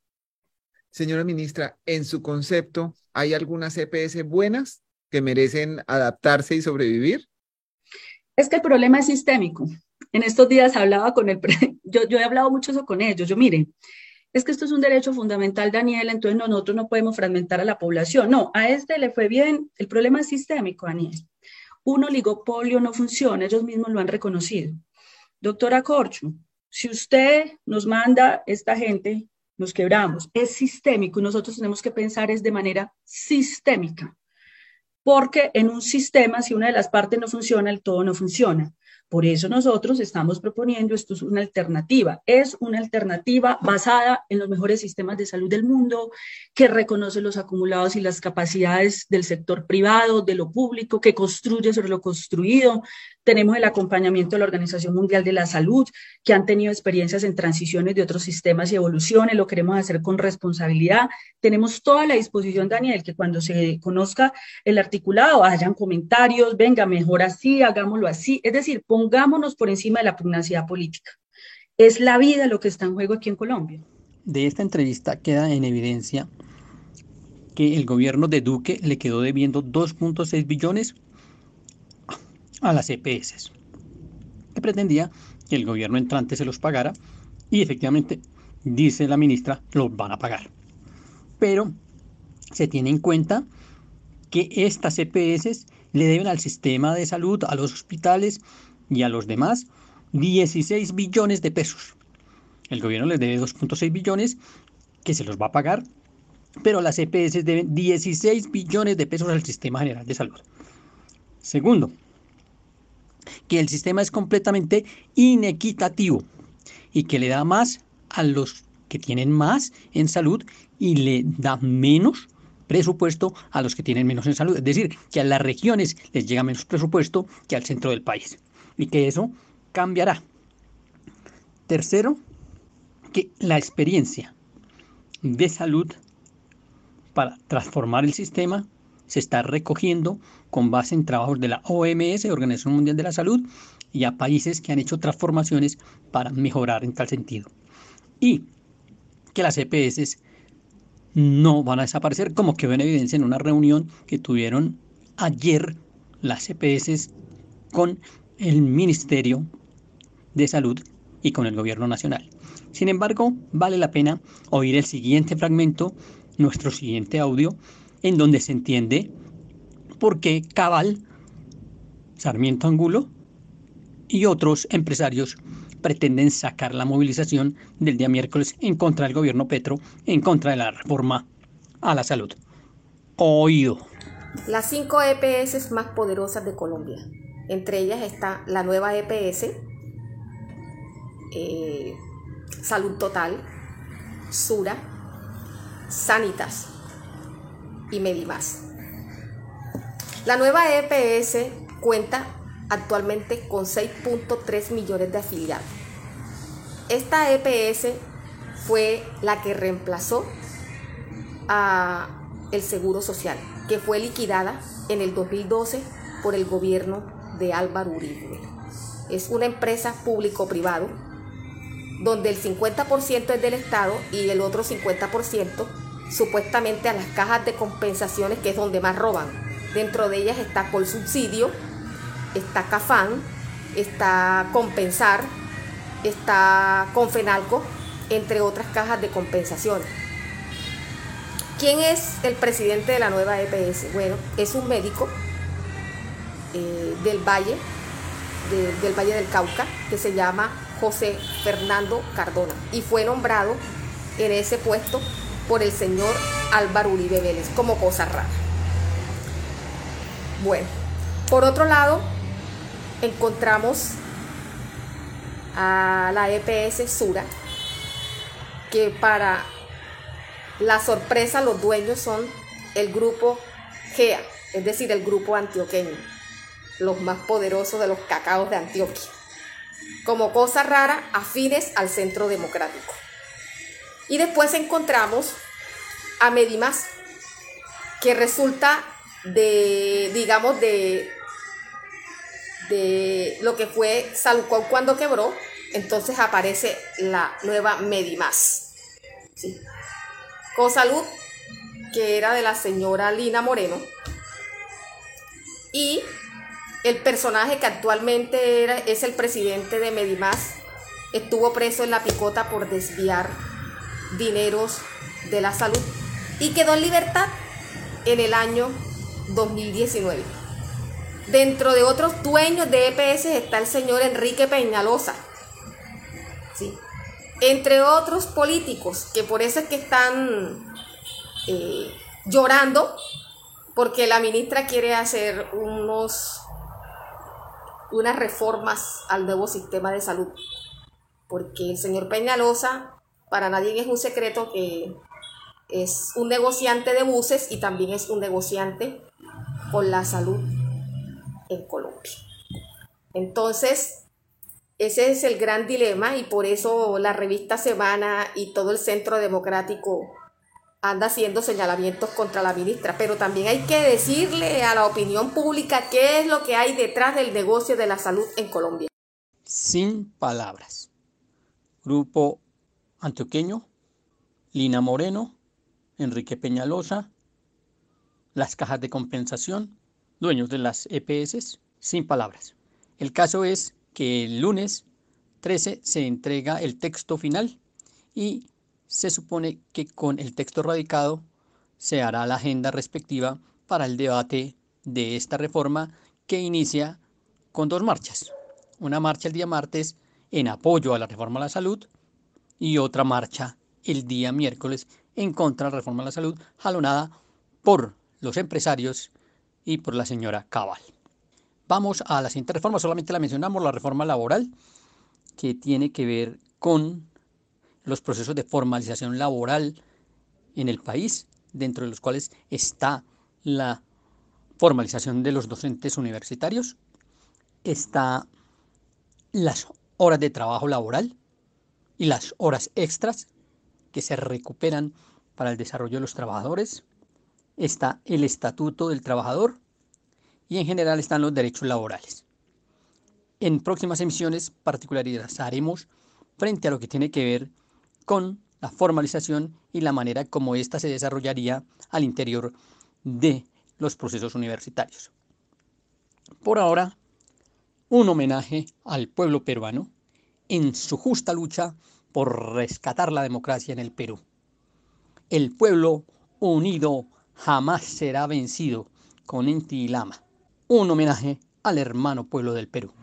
Señora ministra, en su concepto, ¿hay algunas E P S buenas que merecen adaptarse y sobrevivir? Es que el problema es sistémico. En estos días hablaba con el, yo, yo he hablado mucho eso con ellos. Yo, mire, es que esto es un derecho fundamental, Daniel, entonces no, nosotros no podemos fragmentar a la población. No, a este le fue bien. El problema es sistémico, Daniel. Un oligopolio no funciona, ellos mismos lo han reconocido. Doctora Corcho, si usted nos manda esta gente, nos quebramos. Es sistémico y nosotros tenemos que pensar es de manera sistémica. Porque en un sistema, si una de las partes no funciona, el todo no funciona. Por eso nosotros estamos proponiendo, esto es una alternativa, es una alternativa basada en los mejores sistemas de salud del mundo, que reconoce los acumulados y las capacidades del sector privado, de lo público, que construye sobre lo construido. Tenemos el acompañamiento de la Organización Mundial de la Salud, que han tenido experiencias en transiciones de otros sistemas y evoluciones, lo queremos hacer con responsabilidad. Tenemos toda la disposición, Daniel, que cuando se conozca el articulado hayan comentarios, venga, mejor así, hagámoslo así, es decir, pongámonos por encima de la pugnacidad política. Es la vida lo que está en juego aquí en Colombia. De esta entrevista queda en evidencia que el gobierno de Duque le quedó debiendo dos punto seis billones a las E P S, que pretendía que el gobierno entrante se los pagara y efectivamente, dice la ministra, los van a pagar. Pero se tiene en cuenta que estas E P S le deben al sistema de salud, a los hospitales y a los demás dieciséis billones de pesos. El gobierno les debe dos punto seis billones que se los va a pagar, pero las E P S deben dieciséis billones de pesos al sistema general de salud. Segundo, que el sistema es completamente inequitativo y que le da más a los que tienen más en salud y le da menos presupuesto a los que tienen menos en salud. Es decir, que a las regiones les llega menos presupuesto que al centro del país y que eso cambiará. Tercero, que la experiencia de salud para transformar el sistema se está recogiendo con base en trabajos de la O M S, Organización Mundial de la Salud, y a países que han hecho transformaciones para mejorar en tal sentido. Y que las E P S no van a desaparecer, como quedó en evidencia en una reunión que tuvieron ayer las E P S con el Ministerio de Salud y con el Gobierno Nacional. Sin embargo, vale la pena oír el siguiente fragmento, nuestro siguiente audio, en donde se entiende por qué Cabal, Sarmiento Angulo y otros empresarios pretenden sacar la movilización del día miércoles en contra del gobierno Petro, en contra de la reforma a la salud. Oído. Las cinco E P S más poderosas de Colombia. Entre ellas está la nueva E P S, eh, Salud Total, Sura, Sanitas y Medimás. La nueva E P S cuenta actualmente con seis punto tres millones de afiliados. Esta E P S fue la que reemplazó a el Seguro Social, que fue liquidada en el dos mil doce por el gobierno de Álvaro Uribe. Es una empresa público-privado donde el cincuenta por ciento es del Estado y el otro cincuenta por ciento supuestamente a las cajas de compensaciones, que es donde más roban. Dentro de ellas está Colsubsidio, está Cafán, está Compensar, está Confenalco, entre otras cajas de compensaciones. ¿Quién es el presidente de la nueva E P S? Bueno, es un médico eh, del Valle, de, del Valle del Cauca, que se llama José Fernando Cardona y fue nombrado en ese puesto por el señor Álvaro Uribe Vélez, como cosa rara. Bueno, por otro lado, encontramos a la E P S Sura, que para la sorpresa los dueños son el grupo G E A, es decir, el grupo antioqueño, los más poderosos de los cacaos de Antioquia, como cosa rara, afines al Centro Democrático. Y después encontramos a Medimás, que resulta de, digamos, de, de lo que fue Salucón cuando quebró. Entonces aparece la nueva Medimás, ¿sí? Cosalud, que era de la señora Lina Moreno, y el personaje que actualmente era, es el presidente de Medimás, estuvo preso en La Picota por desviar dineros de la salud y quedó en libertad en el año dos mil diecinueve. Dentro de otros dueños de E P S está el señor Enrique Peñalosa, ¿sí? Entre otros políticos, que por eso es que están eh, llorando, porque la ministra quiere hacer unos, unas reformas al nuevo sistema de salud, porque el señor Peñalosa, para nadie es un secreto que es un negociante de buses y también es un negociante con la salud en Colombia. Entonces, ese es el gran dilema y por eso la revista Semana y todo el Centro Democrático anda haciendo señalamientos contra la ministra. Pero también hay que decirle a la opinión pública qué es lo que hay detrás del negocio de la salud en Colombia. Sin palabras. Grupo antioqueño, Lina Moreno, Enrique Peñalosa, las cajas de compensación, dueños de las E P S, sin palabras. El caso es que el lunes trece se entrega el texto final y se supone que con el texto radicado se hará la agenda respectiva para el debate de esta reforma, que inicia con dos marchas. Una marcha el día martes en apoyo a la reforma a la salud y otra marcha el día miércoles en contra de la reforma a la salud, jalonada por los empresarios y por la señora Cabal. Vamos a la siguiente reforma, solamente la mencionamos, la reforma laboral, que tiene que ver con los procesos de formalización laboral en el país, dentro de los cuales está la formalización de los docentes universitarios, está las horas de trabajo laboral y las horas extras que se recuperan para el desarrollo de los trabajadores, está el Estatuto del Trabajador y en general están los derechos laborales. En próximas emisiones particularizaremos frente a lo que tiene que ver con la formalización y la manera como ésta se desarrollaría al interior de los procesos universitarios. Por ahora, un homenaje al pueblo peruano en su justa lucha por rescatar la democracia en el Perú. El pueblo unido jamás será vencido, con Inti Illimani. Un homenaje al hermano pueblo del Perú.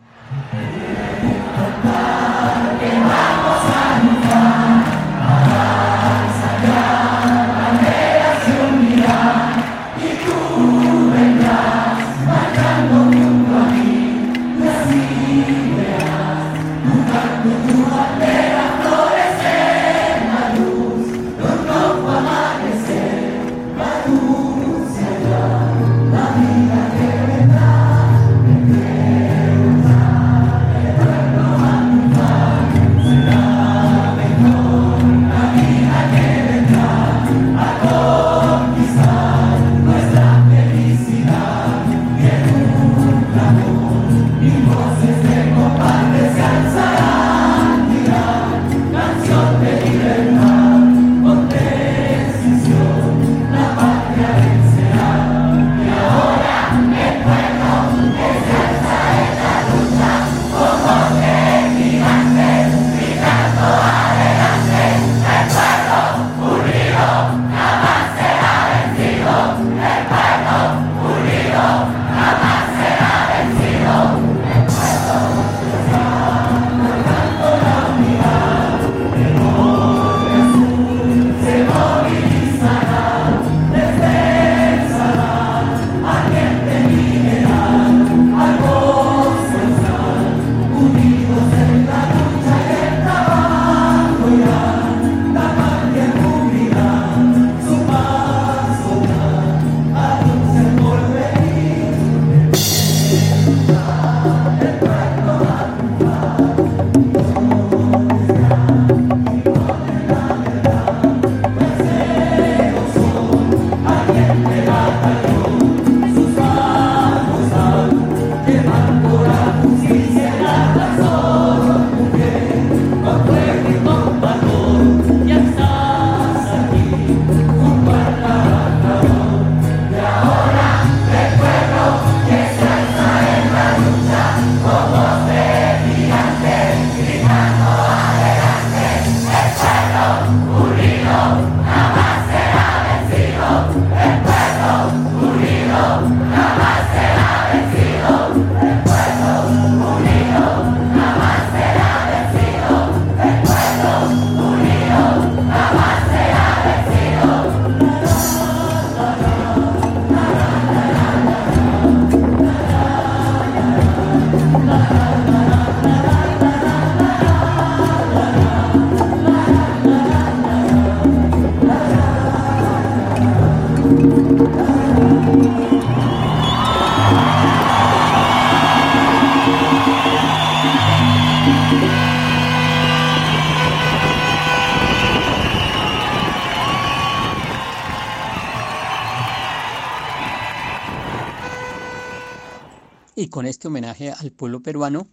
Y con este homenaje al pueblo peruano,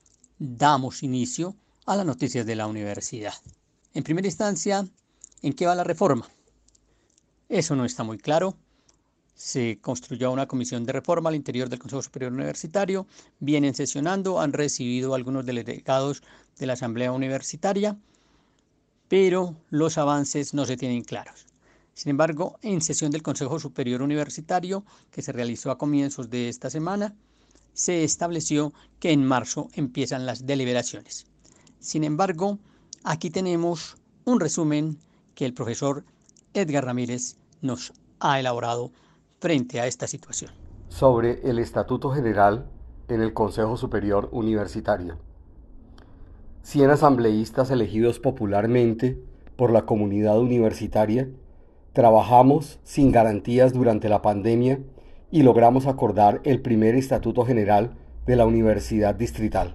damos inicio a las noticias de la universidad. En primera instancia, ¿en qué va la reforma? Eso no está muy claro. Se construyó una comisión de reforma al interior del Consejo Superior Universitario. Vienen sesionando, han recibido algunos delegados de la Asamblea Universitaria, pero los avances no se tienen claros. Sin embargo, en sesión del Consejo Superior Universitario, que se realizó a comienzos de esta semana, se estableció que en marzo empiezan las deliberaciones. Sin embargo, aquí tenemos un resumen que el profesor Edgar Ramírez nos ha elaborado frente a esta situación. Sobre el Estatuto General, en el Consejo Superior Universitario. cien asambleístas elegidos popularmente por la comunidad universitaria, trabajamos sin garantías durante la pandemia y logramos acordar el primer Estatuto General de la Universidad Distrital.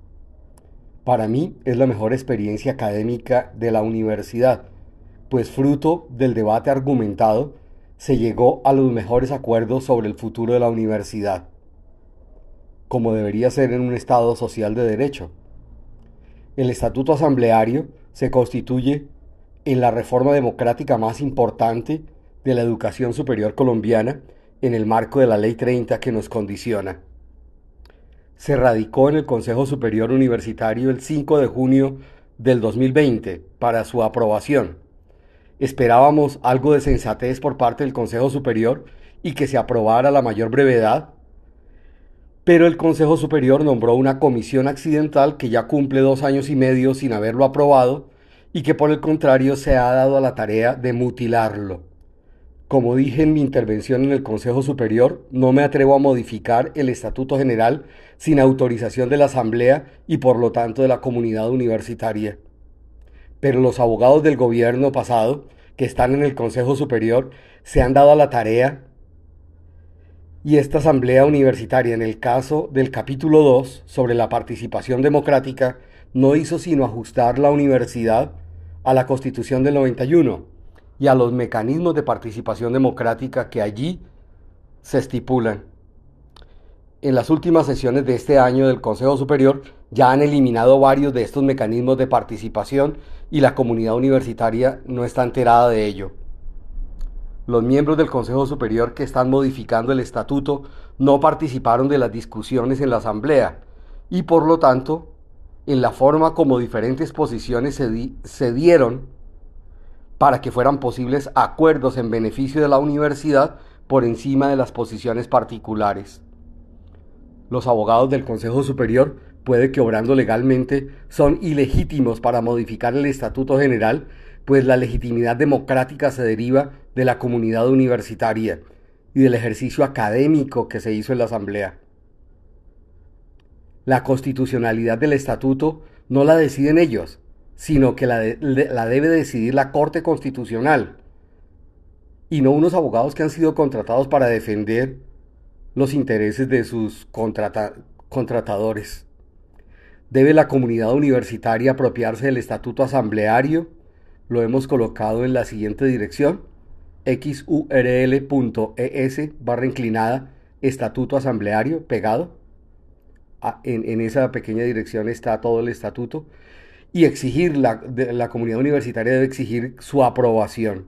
Para mí es la mejor experiencia académica de la universidad, pues fruto del debate argumentado se llegó a los mejores acuerdos sobre el futuro de la universidad, como debería ser en un Estado social de derecho. El Estatuto Asambleario se constituye en la reforma democrática más importante de la educación superior colombiana en el marco de la Ley treinta que nos condiciona. Se radicó en el Consejo Superior Universitario el cinco de junio del dos mil veinte para su aprobación. Esperábamos algo de sensatez por parte del Consejo Superior y que se aprobara a la mayor brevedad, pero el Consejo Superior nombró una comisión accidental que ya cumple dos años y medio sin haberlo aprobado y que por el contrario se ha dado a la tarea de mutilarlo. Como dije en mi intervención en el Consejo Superior, no me atrevo a modificar el Estatuto General sin autorización de la Asamblea y por lo tanto de la comunidad universitaria. Pero los abogados del gobierno pasado, que están en el Consejo Superior, se han dado a la tarea y esta Asamblea Universitaria, en el caso del capítulo dos sobre la participación democrática, no hizo sino ajustar la universidad a la Constitución del noventa y uno y a los mecanismos de participación democrática que allí se estipulan. En las últimas sesiones de este año del Consejo Superior ya han eliminado varios de estos mecanismos de participación y la comunidad universitaria no está enterada de ello. Los miembros del Consejo Superior que están modificando el estatuto no participaron de las discusiones en la Asamblea y por lo tanto, en la forma como diferentes posiciones se, di- se dieron para que fueran posibles acuerdos en beneficio de la universidad por encima de las posiciones particulares. Los abogados del Consejo Superior, puede que obrando legalmente, son ilegítimos para modificar el Estatuto General, pues la legitimidad democrática se deriva de la comunidad universitaria y del ejercicio académico que se hizo en la Asamblea. La constitucionalidad del Estatuto no la deciden ellos, sino que la, de, la debe decidir la Corte Constitucional y no unos abogados que han sido contratados para defender los intereses de sus contrata, contratadores. Debe la comunidad universitaria apropiarse del estatuto asambleario. Lo hemos colocado en la siguiente dirección: xurl.es barra inclinada estatuto asambleario pegado. En, en esa pequeña dirección está todo el estatuto. Y exigir, la, de, la comunidad universitaria debe exigir su aprobación.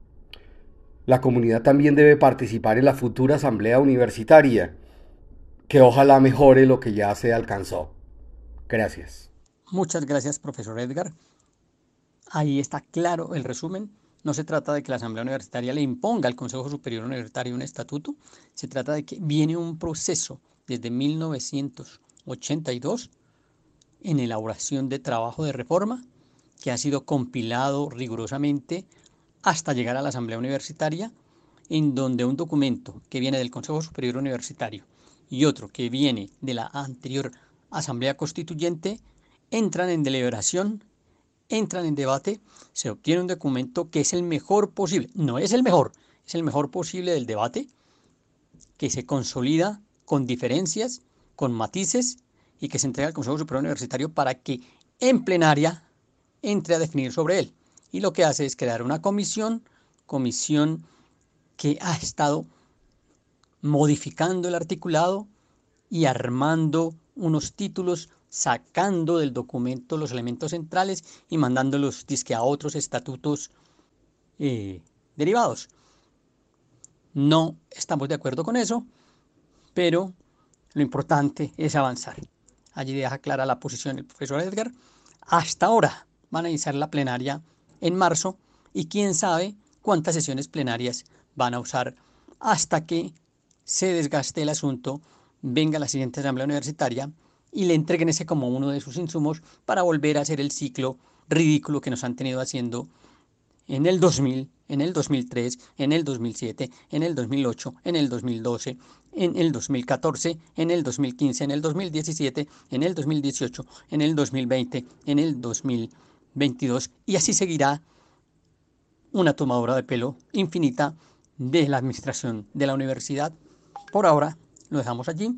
La comunidad también debe participar en la futura asamblea universitaria, que ojalá mejore lo que ya se alcanzó. Gracias. Muchas gracias, profesor Edgar. Ahí está claro el resumen. No se trata de que la asamblea universitaria le imponga al Consejo Superior Universitario un estatuto. Se trata de que viene un proceso desde mil novecientos ochenta y dos en elaboración de trabajo de reforma que ha sido compilado rigurosamente hasta llegar a la Asamblea Universitaria, en donde un documento que viene del Consejo Superior Universitario y otro que viene de la anterior Asamblea Constituyente entran en deliberación, entran en debate, se obtiene un documento que es el mejor posible, no es el mejor, es el mejor posible del debate, que se consolida con diferencias, con matices, y que se entrega al Consejo Superior Universitario para que en plenaria entre a definir sobre él. Y lo que hace es crear una comisión, comisión que ha estado modificando el articulado y armando unos títulos, sacando del documento los elementos centrales y mandándolos disque a otros estatutos eh, derivados. No estamos de acuerdo con eso, pero lo importante es avanzar. Allí deja clara la posición del profesor Edgar. Hasta ahora van a iniciar la plenaria en marzo y quién sabe cuántas sesiones plenarias van a usar hasta que se desgaste el asunto, venga la siguiente asamblea universitaria y le entreguen ese como uno de sus insumos para volver a hacer el ciclo ridículo que nos han tenido haciendo en el dos mil, en el dos mil tres, en el dos mil siete, en el dos mil ocho, en el dos mil doce, en el dos mil catorce, en el dos mil quince, en el dos mil diecisiete, en el dos mil dieciocho, en el dos mil veinte, en el dos mil veintidós, y así seguirá una tomadura de pelo infinita de la administración de la universidad. Por ahora lo dejamos allí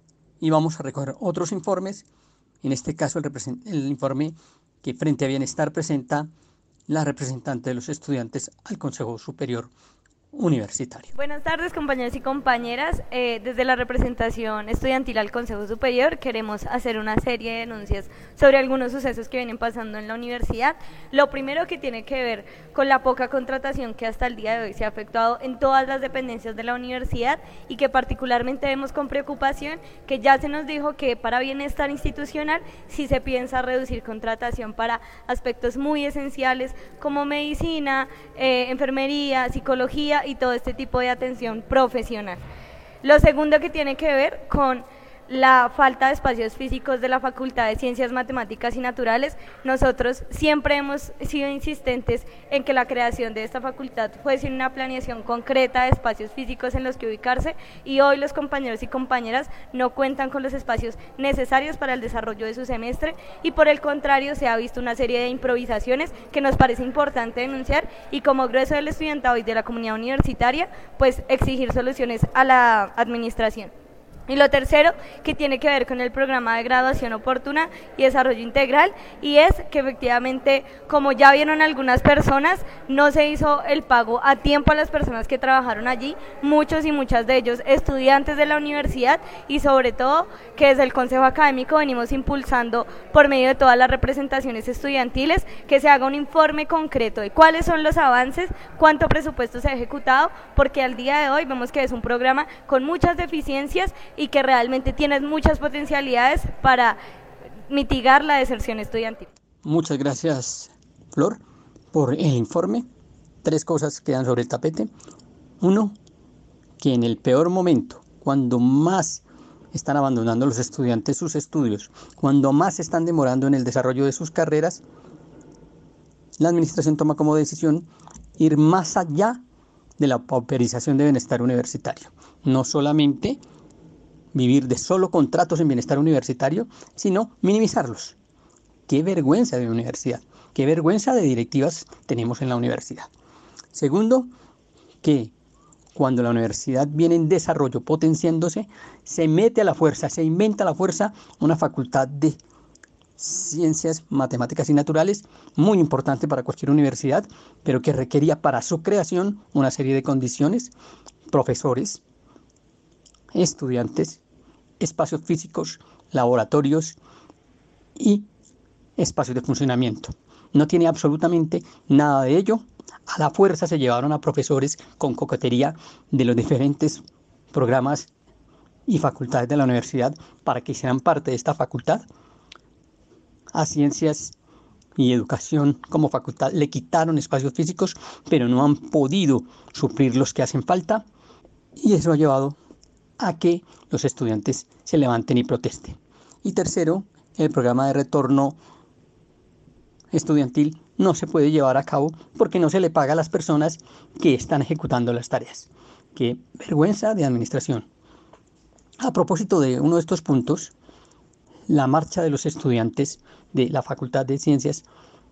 y vamos a recoger otros informes. En este caso el, el informe que Frente a Bienestar presenta la representante de los estudiantes al Consejo Superior Universitario. Buenas tardes, compañeros y compañeras. Eh, desde la representación estudiantil al Consejo Superior queremos hacer una serie de denuncias sobre algunos sucesos que vienen pasando en la universidad. Lo primero, que tiene que ver con la poca contratación que hasta el día de hoy se ha efectuado en todas las dependencias de la universidad, y que particularmente vemos con preocupación que ya se nos dijo que para bienestar institucional sí se piensa reducir contratación para aspectos muy esenciales como medicina, eh, enfermería, psicología y todo este tipo de atención profesional. Lo segundo, que tiene que ver con la falta de espacios físicos de la Facultad de Ciencias Matemáticas y Naturales. Nosotros siempre hemos sido insistentes en que la creación de esta facultad fuese una planeación concreta de espacios físicos en los que ubicarse, y hoy los compañeros y compañeras no cuentan con los espacios necesarios para el desarrollo de su semestre, y por el contrario se ha visto una serie de improvisaciones que nos parece importante denunciar, y como grueso del estudiantado y de la comunidad universitaria, pues exigir soluciones a la administración. Y lo tercero, que tiene que ver con el programa de graduación oportuna y desarrollo integral, y es que efectivamente, como ya vieron algunas personas, no se hizo el pago a tiempo a las personas que trabajaron allí, muchos y muchas de ellos estudiantes de la universidad, y sobre todo que desde el Consejo Académico venimos impulsando por medio de todas las representaciones estudiantiles que se haga un informe concreto de cuáles son los avances, cuánto presupuesto se ha ejecutado, porque al día de hoy vemos que es un programa con muchas deficiencias y que realmente tiene muchas potencialidades para mitigar la deserción estudiantil. Muchas gracias, Flor, por el informe. Tres cosas quedan sobre el tapete. Uno, que en el peor momento, cuando más están abandonando los estudiantes sus estudios, cuando más se están demorando en el desarrollo de sus carreras, la administración toma como decisión ir más allá de la pauperización de bienestar universitario. No solamente vivir de solo contratos en bienestar universitario, sino minimizarlos. Qué vergüenza de universidad, qué vergüenza de directivas tenemos en la universidad. Segundo, que cuando la universidad viene en desarrollo, potenciándose, se mete a la fuerza, se inventa a la fuerza una facultad de ciencias, matemáticas y naturales, muy importante para cualquier universidad, pero que requería para su creación una serie de condiciones: profesores, estudiantes, espacios físicos, laboratorios y espacios de funcionamiento. No tiene absolutamente nada de ello. A la fuerza se llevaron a profesores con coquetería de los diferentes programas y facultades de la universidad para que hicieran parte de esta facultad. A ciencias y educación como facultad le quitaron espacios físicos, pero no han podido suplir los que hacen falta, y eso ha llevado a que los estudiantes se levanten y protesten. Y tercero, el programa de retorno estudiantil no se puede llevar a cabo porque no se le paga a las personas que están ejecutando las tareas. ¡Qué vergüenza de administración! A propósito de uno de estos puntos, la marcha de los estudiantes de la Facultad de Ciencias,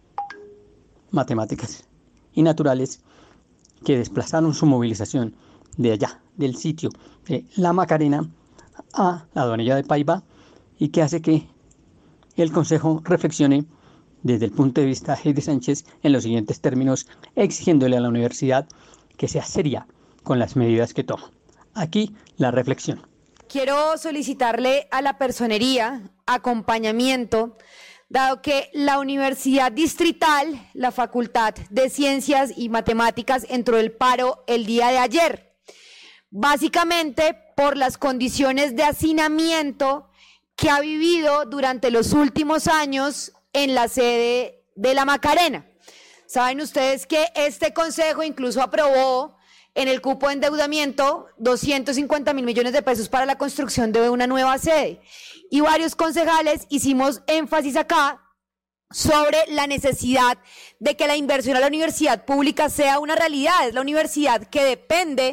Matemáticas y Naturales, que desplazaron su movilización de allá, del sitio de La Macarena a la Aduanilla de Paiva, y que hace que el Consejo reflexione desde el punto de vista de Heidi Sánchez en los siguientes términos, exigiéndole a la universidad que sea seria con las medidas que toma. Aquí la reflexión. Quiero solicitarle a la personería acompañamiento, dado que la Universidad Distrital, la Facultad de Ciencias y Matemáticas, entró el paro el día de ayer, básicamente por las condiciones de hacinamiento que ha vivido durante los últimos años en la sede de La Macarena. Saben ustedes que este consejo incluso aprobó en el cupo de endeudamiento doscientos cincuenta mil millones de pesos para la construcción de una nueva sede. Y varios concejales hicimos énfasis acá sobre la necesidad de que la inversión a la universidad pública sea una realidad. Es la universidad que depende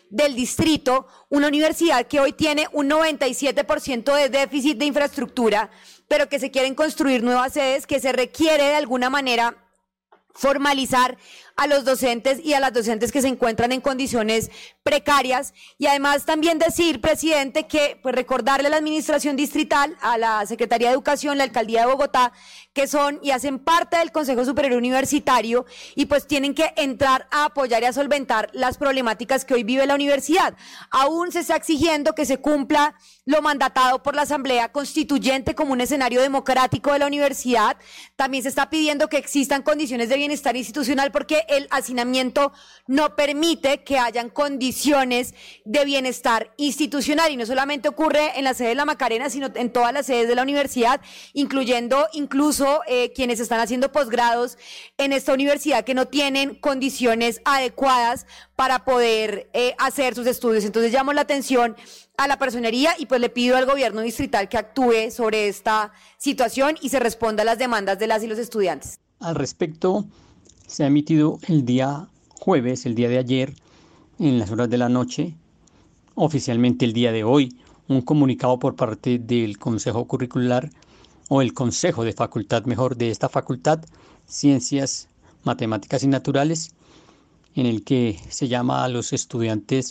del distrito, una universidad que hoy tiene un noventa y siete por ciento de déficit de infraestructura, pero que se quieren construir nuevas sedes, que se requiere de alguna manera formalizar a los docentes y a las docentes que se encuentran en condiciones precarias. Y además también decir, presidente, que pues recordarle a la administración distrital, a la Secretaría de Educación, la Alcaldía de Bogotá, que son y hacen parte del Consejo Superior Universitario y pues tienen que entrar a apoyar y a solventar las problemáticas que hoy vive la universidad. Aún se está exigiendo que se cumpla lo mandatado por la Asamblea Constituyente como un escenario democrático de la universidad. También se está pidiendo que existan condiciones de bienestar institucional porque el hacinamiento no permite que hayan condiciones de bienestar institucional, y no solamente ocurre en la sede de la Macarena, sino en todas las sedes de la universidad, incluyendo incluso eh, quienes están haciendo posgrados en esta universidad que no tienen condiciones adecuadas para poder eh, hacer sus estudios. Entonces llamo la atención a la personería y pues le pido al gobierno distrital que actúe sobre esta situación y se responda a las demandas de las y los estudiantes. Al respecto, se ha emitido el día jueves, el día de ayer, en las horas de la noche, oficialmente el día de hoy, un comunicado por parte del Consejo Curricular o el Consejo de Facultad, mejor, de esta facultad, Ciencias, Matemáticas y Naturales, en el que se llama a los estudiantes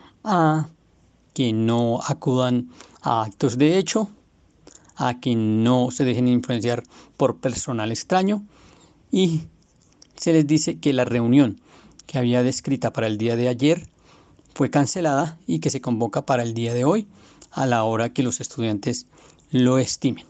a que no acudan a actos de hecho, a que no se dejen influenciar por personal extraño, y se les dice que la reunión que había descrita para el día de ayer fue cancelada y que se convoca para el día de hoy a la hora que los estudiantes lo estimen.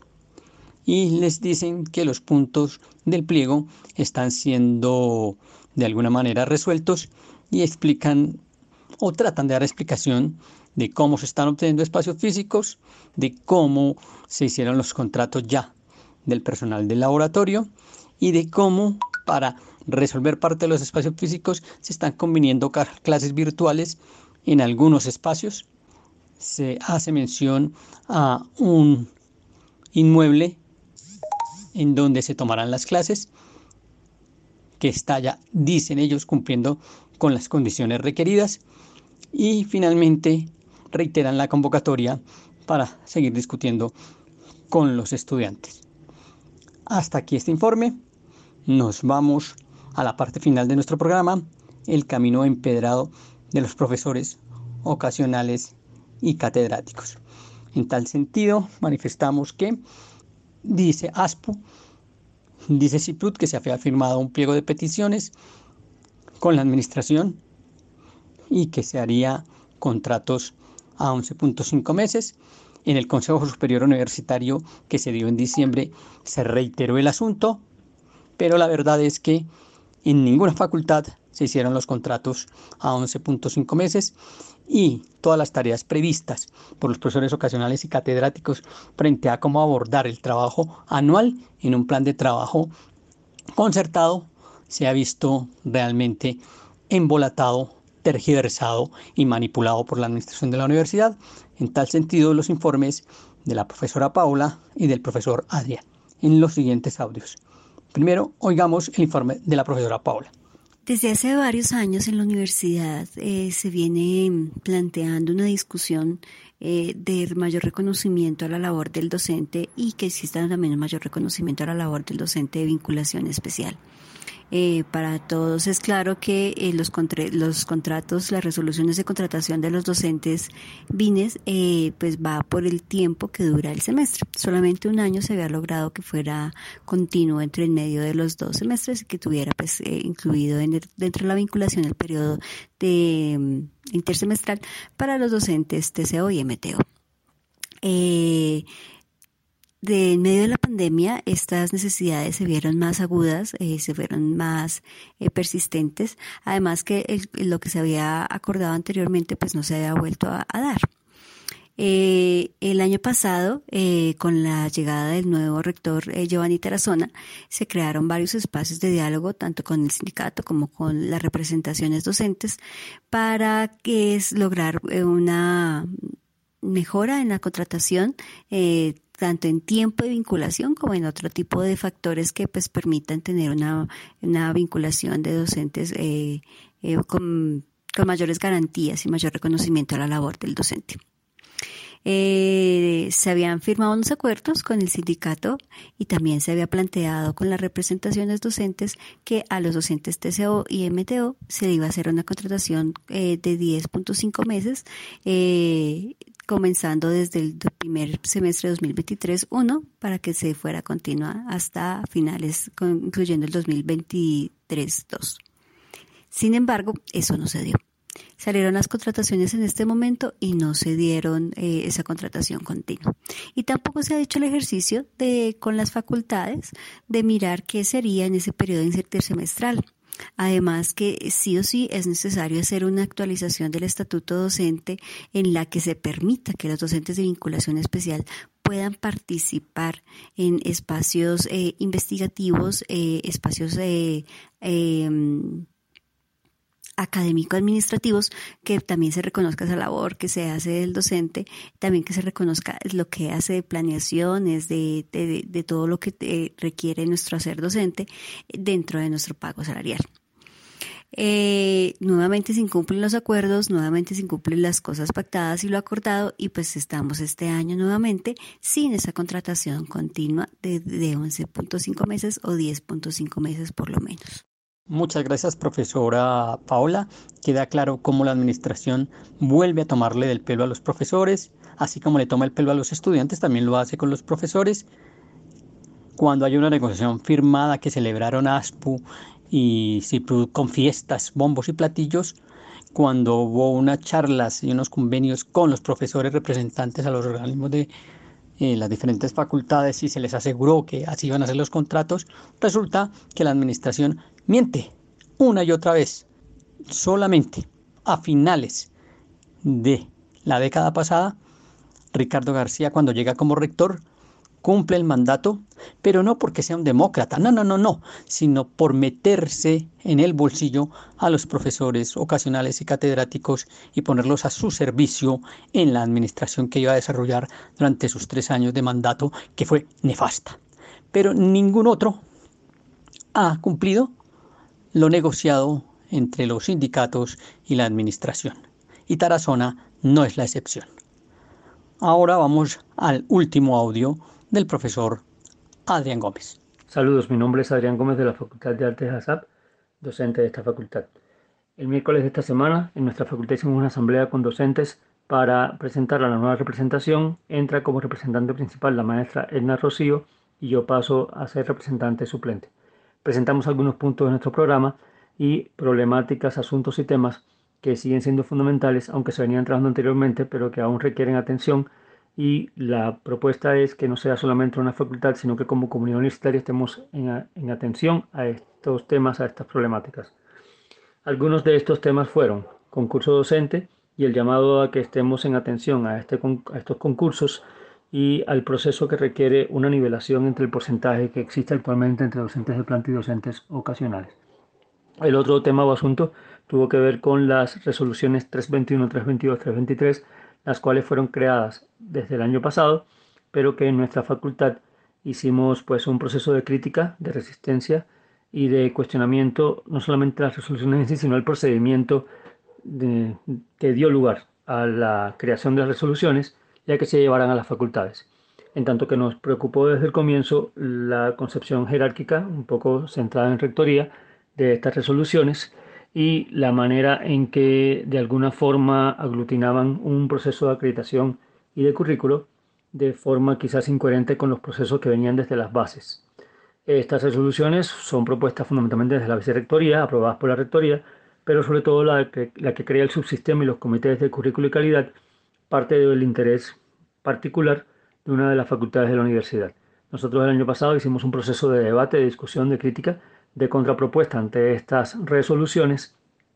Y les dicen que los puntos del pliego están siendo de alguna manera resueltos y explican o tratan de dar explicación de cómo se están obteniendo espacios físicos, de cómo se hicieron los contratos ya del personal del laboratorio y de cómo para resolver parte de los espacios físicos se están conviniendo clases virtuales en algunos espacios. Se hace mención a un inmueble en donde se tomarán las clases, que está ya, dicen ellos, cumpliendo con las condiciones requeridas, y finalmente reiteran la convocatoria para seguir discutiendo con los estudiantes. Hasta aquí este informe. Nos vamos a la parte final de nuestro programa, el camino empedrado de los profesores ocasionales y catedráticos. En tal sentido, manifestamos que, dice ASPU, dice CIPRUT, que se había firmado un pliego de peticiones con la administración y que se haría contratos a once punto cinco meses. En el Consejo Superior Universitario que se dio en diciembre se reiteró el asunto, pero la verdad es que en ninguna facultad se hicieron los contratos a once punto cinco meses y todas las tareas previstas por los profesores ocasionales y catedráticos frente a cómo abordar el trabajo anual en un plan de trabajo concertado se ha visto realmente embolatado, tergiversado y manipulado por la administración de la universidad. En tal sentido, los informes de la profesora Paula y del profesor Adrián en los siguientes audios. Primero, oigamos el informe de la profesora Paula. Desde hace varios años en la universidad eh, se viene planteando una discusión eh, de mayor reconocimiento a la labor del docente y que exista también un mayor reconocimiento a la labor del docente de vinculación especial. Eh, para todos es claro que eh, los, contra- los contratos, las resoluciones de contratación de los docentes B I N E S, eh, pues va por el tiempo que dura el semestre. Solamente un año se había logrado que fuera continuo entre el medio de los dos semestres y que tuviera pues eh, incluido en el, dentro de la vinculación el periodo de um, intersemestral para los docentes T C O y M T O. Eh, De en medio de la pandemia, estas necesidades se vieron más agudas, eh, se vieron más eh, persistentes, además que el, lo que se había acordado anteriormente pues no se había vuelto a, a dar. Eh, el año pasado, eh, con la llegada del nuevo rector eh, Giovanni Tarazona, se crearon varios espacios de diálogo, tanto con el sindicato como con las representaciones docentes, para que es lograr eh, una mejora en la contratación, eh, tanto en tiempo de vinculación como en otro tipo de factores que pues permitan tener una, una vinculación de docentes eh, eh, con con mayores garantías y mayor reconocimiento a la labor del docente. Eh, se habían firmado unos acuerdos con el sindicato y también se había planteado con las representaciones docentes que a los docentes T C O y M T O se le iba a hacer una contratación eh, de diez punto cinco meses, eh, comenzando desde el primer semestre de dos mil veintitrés uno para que se fuera continua hasta finales, incluyendo el dos mil veintitrés dos. Sin embargo, eso no se dio. Salieron las contrataciones en este momento y no se dieron eh, esa contratación continua. Y tampoco se ha hecho el ejercicio de, con las facultades de mirar qué sería en ese periodo intersemestral. Además que sí o sí es necesario hacer una actualización del estatuto docente en la que se permita que los docentes de vinculación especial puedan participar en espacios eh, investigativos, eh, espacios eh, eh, académico-administrativos, que también se reconozca esa labor que se hace del docente, también que se reconozca lo que hace de planeaciones, de, de, de todo lo que eh, requiere nuestro hacer docente dentro de nuestro pago salarial. Eh, nuevamente se incumplen los acuerdos, nuevamente se incumplen las cosas pactadas y lo acordado, y pues estamos este año nuevamente sin esa contratación continua de, de once punto cinco meses o diez punto cinco meses por lo menos. Muchas gracias, profesora Paola. Queda claro cómo la administración vuelve a tomarle del pelo a los profesores, así como le toma el pelo a los estudiantes, también lo hace con los profesores. Cuando hay una negociación firmada que celebraron ASPU y CIPRUD con fiestas, bombos y platillos, cuando hubo unas charlas y unos convenios con los profesores representantes a los organismos de eh, las diferentes facultades y se les aseguró que así iban a ser los contratos, resulta que la administración miente una y otra vez. Solamente a finales de la década pasada, Ricardo García, cuando llega como rector, cumple el mandato, pero no porque sea un demócrata, no, no, no, no, sino por meterse en el bolsillo a los profesores ocasionales y catedráticos y ponerlos a su servicio en la administración que iba a desarrollar durante sus tres años de mandato, que fue nefasta. Pero ningún otro ha cumplido lo negociado entre los sindicatos y la administración. Y Tarazona no es la excepción. Ahora vamos al último audio del profesor Adrián Gómez. Saludos, mi nombre es Adrián Gómez de la Facultad de Artes ASAP, docente de esta facultad. El miércoles de esta semana en nuestra facultad hicimos una asamblea con docentes para presentar a la nueva representación. Entra como representante principal la maestra Edna Rocío y yo paso a ser representante suplente. Presentamos algunos puntos de nuestro programa y problemáticas, asuntos y temas que siguen siendo fundamentales, aunque se venían trabajando anteriormente, pero que aún requieren atención, y la propuesta es que no sea solamente una facultad, sino que como comunidad universitaria estemos en, en atención a estos temas, a estas problemáticas. Algunos de estos temas fueron concurso docente y el llamado a que estemos en atención a, este, a estos concursos y al proceso que requiere una nivelación entre el porcentaje que existe actualmente entre docentes de planta y docentes ocasionales. El otro tema o asunto tuvo que ver con las resoluciones trescientos veintiuno, trescientos veintidós, trescientos veintitrés, las cuales fueron creadas desde el año pasado, pero que en nuestra facultad hicimos pues un proceso de crítica, de resistencia y de cuestionamiento, no solamente las resoluciones en sí, sino el procedimiento de, que dio lugar a la creación de las resoluciones, ya que se llevaran a las facultades. En tanto que nos preocupó desde el comienzo la concepción jerárquica, un poco centrada en rectoría, de estas resoluciones y la manera en que de alguna forma aglutinaban un proceso de acreditación y de currículo de forma quizás incoherente con los procesos que venían desde las bases. Estas resoluciones son propuestas fundamentalmente desde la vicerrectoría, aprobadas por la rectoría, pero sobre todo la que, la que crea el subsistema y los comités de currículo y calidad, parte del interés particular de una de las facultades de la universidad. Nosotros el año pasado hicimos un proceso de debate, de discusión, de crítica, de contrapropuesta ante estas resoluciones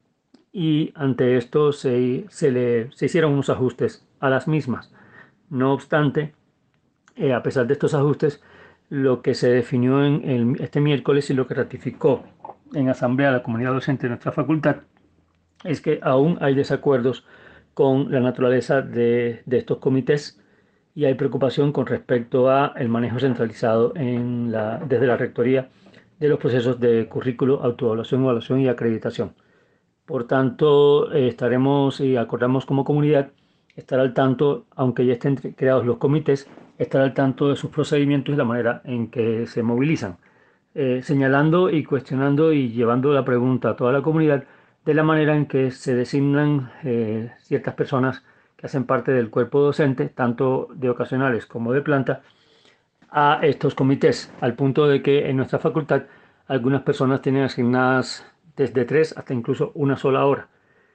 y ante esto se, se, le, se hicieron unos ajustes a las mismas. No obstante, eh, a pesar de estos ajustes, lo que se definió en el, este miércoles y lo que ratificó en asamblea la comunidad docente de nuestra facultad es que aún hay desacuerdos con la naturaleza de, de estos comités y hay preocupación con respecto a el manejo centralizado en la, desde la rectoría de los procesos de currículo, autoevaluación, evaluación y acreditación. Por tanto, eh, estaremos y acordamos como comunidad estar al tanto, aunque ya estén creados los comités, estar al tanto de sus procedimientos y la manera en que se movilizan, eh, señalando y cuestionando y llevando la pregunta a toda la comunidad de la manera en que se designan eh, ciertas personas que hacen parte del cuerpo docente, tanto de ocasionales como de planta, a estos comités, al punto de que en nuestra facultad algunas personas tienen asignadas desde tres hasta incluso una sola hora,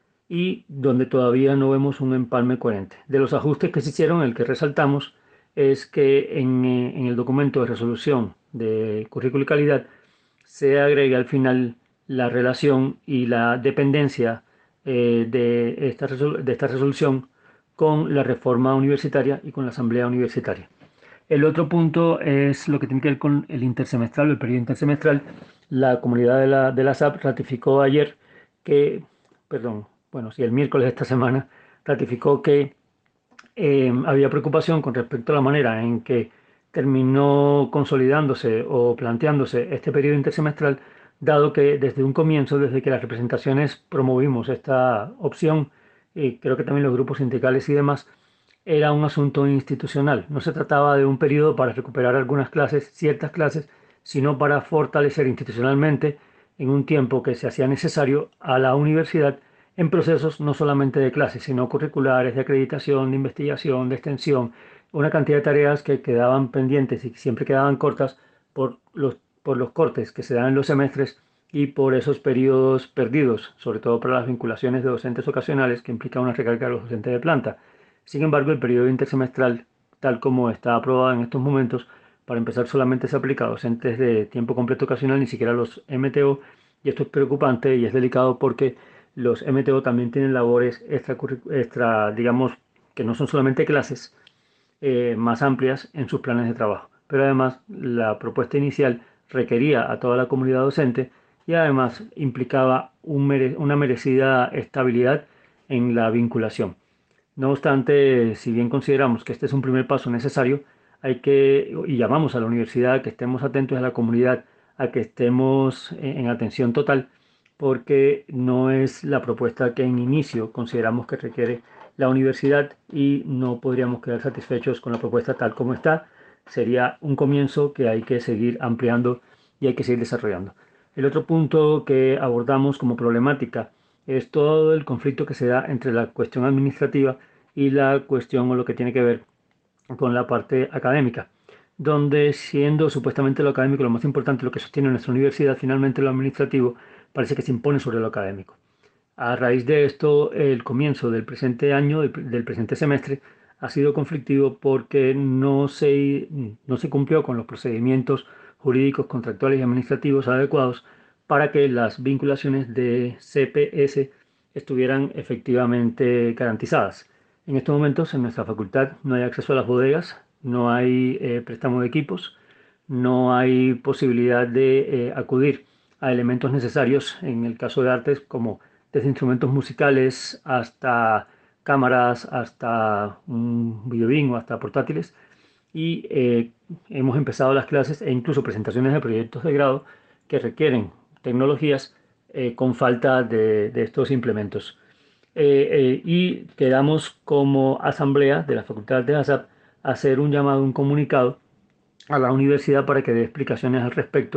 y donde todavía no vemos un empalme coherente. De los ajustes que se hicieron, el que resaltamos es que en, en el documento de resolución de currículo y calidad se agrega al final la relación y la dependencia eh, de, esta de esta resolución con la reforma universitaria y con la asamblea universitaria. El otro punto es lo que tiene que ver con el intersemestral, el periodo intersemestral. La comunidad de la, de la S A P ratificó ayer que, perdón, bueno, sí, el miércoles de esta semana, ratificó que eh, había preocupación con respecto a la manera en que terminó consolidándose o planteándose este periodo intersemestral, dado que desde un comienzo, desde que las representaciones promovimos esta opción, y creo que también los grupos sindicales y demás, era un asunto institucional. No se trataba de un periodo para recuperar algunas clases, ciertas clases, sino para fortalecer institucionalmente en un tiempo que se hacía necesario a la universidad en procesos no solamente de clases, sino curriculares, de acreditación, de investigación, de extensión, una cantidad de tareas que quedaban pendientes y que siempre quedaban cortas por los, por los cortes que se dan en los semestres y por esos periodos perdidos, sobre todo para las vinculaciones de docentes ocasionales que implica una recarga de los docentes de planta. Sin embargo, el periodo intersemestral, tal como está aprobado en estos momentos, para empezar solamente se aplica a docentes de tiempo completo ocasional, ni siquiera a los M T O, y esto es preocupante y es delicado porque los M T O también tienen labores extra, extra digamos, que no son solamente clases, eh, más amplias en sus planes de trabajo. Pero además la propuesta inicial requería a toda la comunidad docente y además implicaba un mere una merecida estabilidad en la vinculación. No obstante, si bien consideramos que este es un primer paso necesario, hay que, y llamamos a la universidad a que estemos atentos, a la comunidad, a que estemos en atención total, porque no es la propuesta que en inicio consideramos que requiere la universidad y no podríamos quedar satisfechos con la propuesta tal como está. Sería un comienzo que hay que seguir ampliando y hay que seguir desarrollando. El otro punto que abordamos como problemática es todo el conflicto que se da entre la cuestión administrativa y la cuestión o lo que tiene que ver con la parte académica, donde siendo supuestamente lo académico lo más importante, lo que sostiene nuestra universidad, finalmente lo administrativo parece que se impone sobre lo académico. A raíz de esto, el comienzo del presente año, del, del presente semestre, ha sido conflictivo porque no se, no se cumplió con los procedimientos jurídicos, contractuales y administrativos adecuados para que las vinculaciones de C P S estuvieran efectivamente garantizadas. En estos momentos en nuestra facultad no hay acceso a las bodegas, no hay eh, préstamo de equipos, no hay posibilidad de eh, acudir a elementos necesarios en el caso de artes, como desde instrumentos musicales hasta cámaras, hasta un videobin o hasta portátiles. Y eh, hemos empezado las clases e incluso presentaciones de proyectos de grado que requieren tecnologías eh, con falta de, de estos implementos. Eh, eh, y quedamos como asamblea de la Facultad de ASAP a hacer un llamado, un comunicado a la universidad para que dé explicaciones al respecto,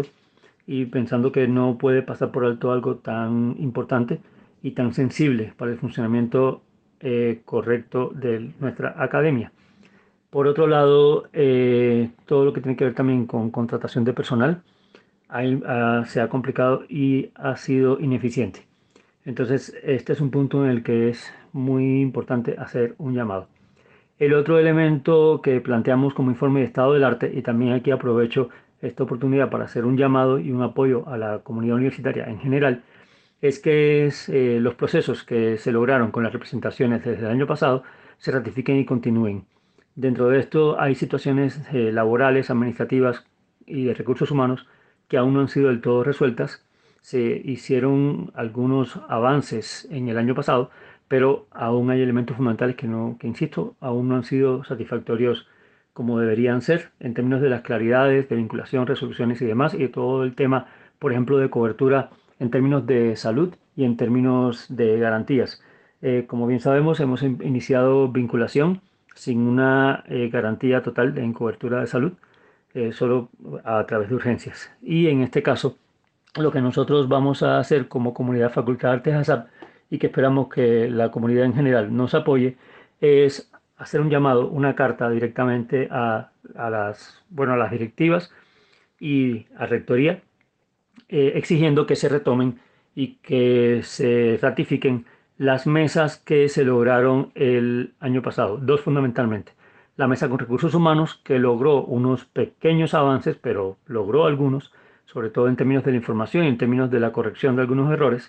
y pensando que no puede pasar por alto algo tan importante y tan sensible para el funcionamiento eh, correcto de nuestra academia. Por otro lado, eh, todo lo que tiene que ver también con contratación de personal hay, uh, se ha complicado y ha sido ineficiente. Entonces, este es un punto en el que es muy importante hacer un llamado. El otro elemento que planteamos como informe de estado del arte, y también aquí aprovecho esta oportunidad para hacer un llamado y un apoyo a la comunidad universitaria en general, es que es, eh, los procesos que se lograron con las representaciones desde el año pasado se ratifiquen y continúen. Dentro de esto hay situaciones eh, laborales, administrativas y de recursos humanos que aún no han sido del todo resueltas. Se hicieron algunos avances en el año pasado, pero aún hay elementos fundamentales que, no, que insisto, aún no han sido satisfactorios como deberían ser en términos de las claridades, de vinculación, resoluciones y demás, y todo el tema, por ejemplo, de cobertura en términos de salud y en términos de garantías. Eh, como bien sabemos, hemos in- iniciado vinculación sin una eh, garantía total en cobertura de salud, eh, solo a través de urgencias. Y en este caso, lo que nosotros vamos a hacer como comunidad Facultad de Artes ASAP, y que esperamos que la comunidad en general nos apoye, es hacer un llamado, una carta directamente a, a, las, bueno, a las directivas y a Rectoría, eh, exigiendo que se retomen y que se ratifiquen las mesas que se lograron el año pasado, dos fundamentalmente. La mesa con recursos humanos, que logró unos pequeños avances, pero logró algunos, sobre todo en términos de la información y en términos de la corrección de algunos errores,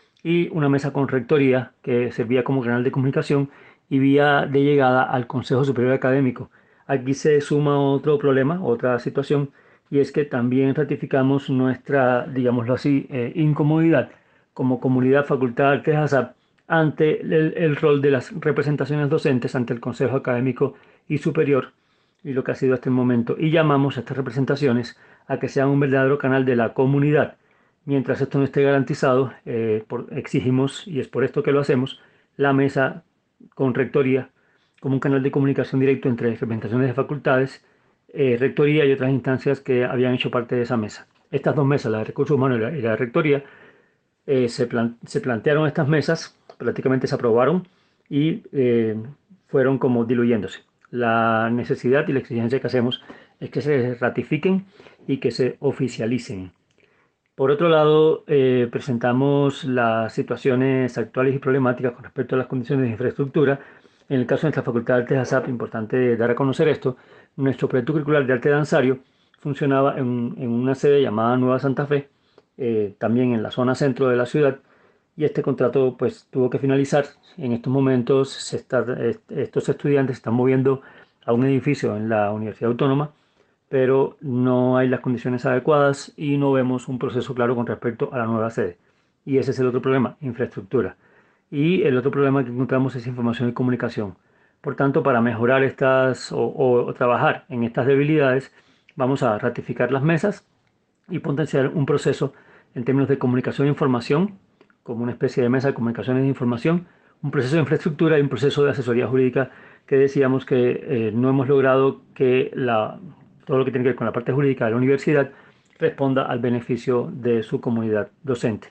y una mesa con rectoría, que servía como canal de comunicación y vía de llegada al Consejo Superior Académico. Aquí se suma otro problema, otra situación, y es que también ratificamos nuestra, digámoslo así, eh, incomodidad como comunidad Facultad de Artes ASAP ante el, el rol de las representaciones docentes ante el Consejo Académico y Superior, y lo que ha sido hasta el momento, y llamamos a estas representaciones a que sean un verdadero canal de la comunidad. Mientras esto no esté garantizado, eh, por, exigimos, y es por esto que lo hacemos, la mesa con rectoría como un canal de comunicación directo entre representaciones de facultades, eh, rectoría y otras instancias que habían hecho parte de esa mesa. Estas dos mesas, la de recursos humanos y la, y la de rectoría, eh, se, plan, se plantearon estas mesas, prácticamente se aprobaron y eh, fueron como diluyéndose. La necesidad y la exigencia que hacemos es que se ratifiquen y que se oficialicen. Por otro lado, eh, presentamos las situaciones actuales y problemáticas con respecto a las condiciones de infraestructura. En el caso de nuestra Facultad de Artes ASAP, importante dar a conocer esto, nuestro proyecto curricular de arte danzario funcionaba en, en una sede llamada Nueva Santa Fe, eh, también en la zona centro de la ciudad, y este contrato pues tuvo que finalizar. En estos momentos se está, estos estudiantes se están moviendo a un edificio en la Universidad Autónoma, pero no hay las condiciones adecuadas y no vemos un proceso claro con respecto a la nueva sede. Y ese es el otro problema, infraestructura. Y el otro problema que encontramos es información y comunicación. Por tanto, para mejorar estas o, o, o trabajar en estas debilidades, vamos a ratificar las mesas y potenciar un proceso en términos de comunicación e información, como una especie de mesa de comunicaciones e información, un proceso de infraestructura y un proceso de asesoría jurídica que decíamos que eh, no hemos logrado que la, todo lo que tiene que ver con la parte jurídica de la universidad responda al beneficio de su comunidad docente.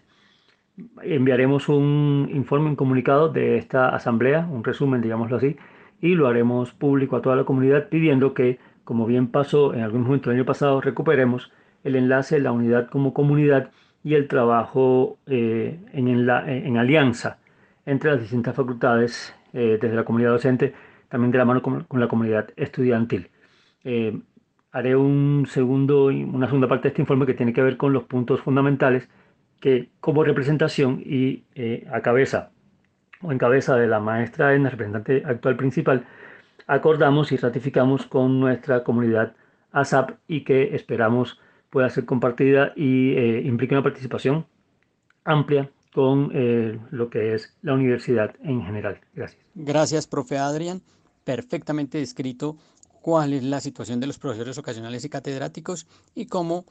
Enviaremos un informe, un comunicado de esta asamblea, un resumen, digámoslo así, y lo haremos público a toda la comunidad pidiendo que, como bien pasó en algún momento el año pasado, recuperemos el enlace, la unidad como comunidad y el trabajo eh, en, en, la, en alianza entre las distintas facultades, eh, desde la comunidad docente, también de la mano con, con la comunidad estudiantil. Eh, haré un segundo, una segunda parte de este informe que tiene que ver con los puntos fundamentales que como representación y eh, a cabeza o en cabeza de la maestra Edna, representante actual principal, acordamos y ratificamos con nuestra comunidad ASAP y que esperamos pueda ser compartida y eh, implique una participación amplia con eh, lo que es la universidad en general. Gracias. Gracias, profe Adrián. Perfectamente descrito cuál es la situación de los profesores ocasionales y catedráticos y cómo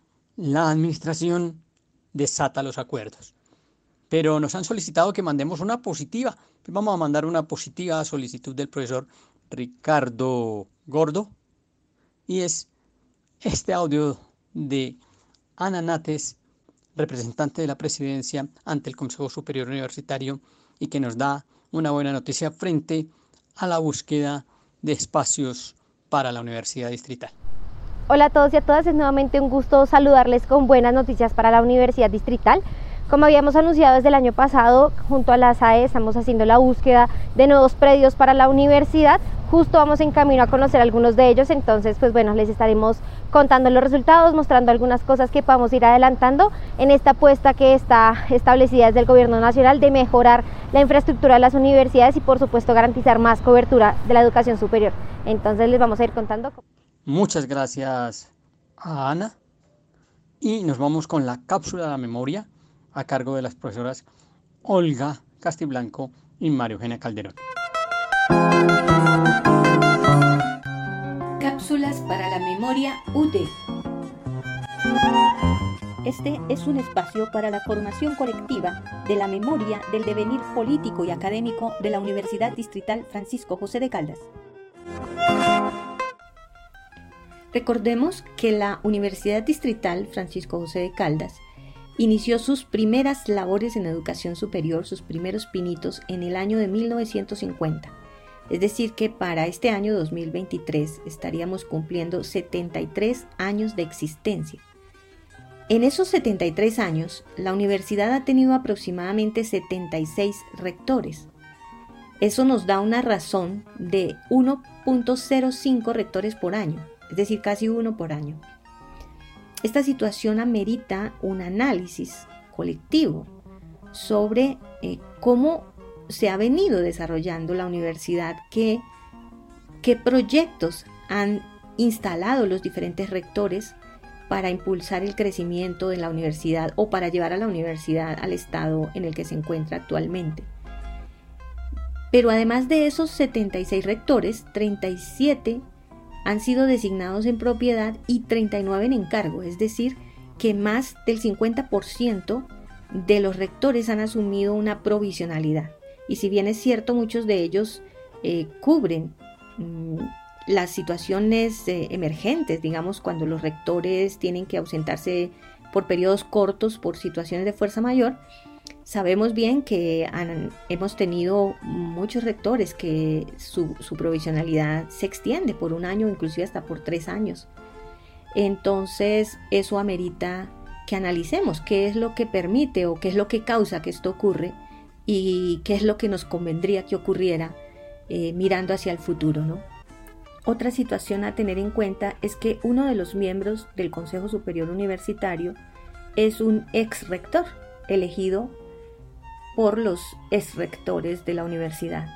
la administración desata los acuerdos. Pero nos han solicitado que mandemos una positiva. Pues vamos a mandar una positiva a solicitud del profesor Ricardo Gordo. Y es este audio de Ana Nates, representante de la presidencia ante el Consejo Superior Universitario, y que nos da una buena noticia frente a la búsqueda de espacios para la Universidad Distrital. Hola a todos y a todas, es nuevamente un gusto saludarles con buenas noticias para la Universidad Distrital. Como habíamos anunciado desde el año pasado, junto a la S A E estamos haciendo la búsqueda de nuevos predios para la universidad. Justo vamos en camino a conocer algunos de ellos, entonces pues bueno, les estaremos contando los resultados, mostrando algunas cosas que podamos ir adelantando en esta apuesta que está establecida desde el Gobierno Nacional de mejorar la infraestructura de las universidades y por supuesto garantizar más cobertura de la educación superior. Entonces les vamos a ir contando. Muchas gracias a Ana y nos vamos con la cápsula de la memoria a cargo de las profesoras Olga Castiblanco y María Eugenia Calderón. Cápsulas para la memoria U D. Este es un espacio para la formación colectiva de la memoria del devenir político y académico de la Universidad Distrital Francisco José de Caldas. Recordemos que la Universidad Distrital Francisco José de Caldas inició sus primeras labores en educación superior, sus primeros pinitos, en el año de mil novecientos cincuenta. Es decir que para este año dos mil veintitrés estaríamos cumpliendo setenta y tres años de existencia. En esos setenta y tres años, la universidad ha tenido aproximadamente setenta y seis rectores. Eso nos da una razón de uno punto cero cinco rectores por año, es decir, casi uno por año. Esta situación amerita un análisis colectivo sobre eh, cómo se ha venido desarrollando la universidad, qué, qué proyectos han instalado los diferentes rectores para impulsar el crecimiento de la universidad o para llevar a la universidad al estado en el que se encuentra actualmente. Pero además de esos setenta y seis rectores, treinta y siete han sido designados en propiedad y treinta y nueve en encargo, es decir, que más del cincuenta por ciento de los rectores han asumido una provisionalidad. Y si bien es cierto, muchos de ellos eh, cubren mmm, las situaciones eh, emergentes, digamos, cuando los rectores tienen que ausentarse por periodos cortos por situaciones de fuerza mayor, sabemos bien que han, hemos tenido muchos rectores que su, su provisionalidad se extiende por un año, inclusive hasta por tres años. Entonces, eso amerita que analicemos qué es lo que permite o qué es lo que causa que esto ocurre y qué es lo que nos convendría que ocurriera eh, mirando hacia el futuro, ¿no? Otra situación a tener en cuenta es que uno de los miembros del Consejo Superior Universitario es un ex rector elegido por los ex rectores de la universidad.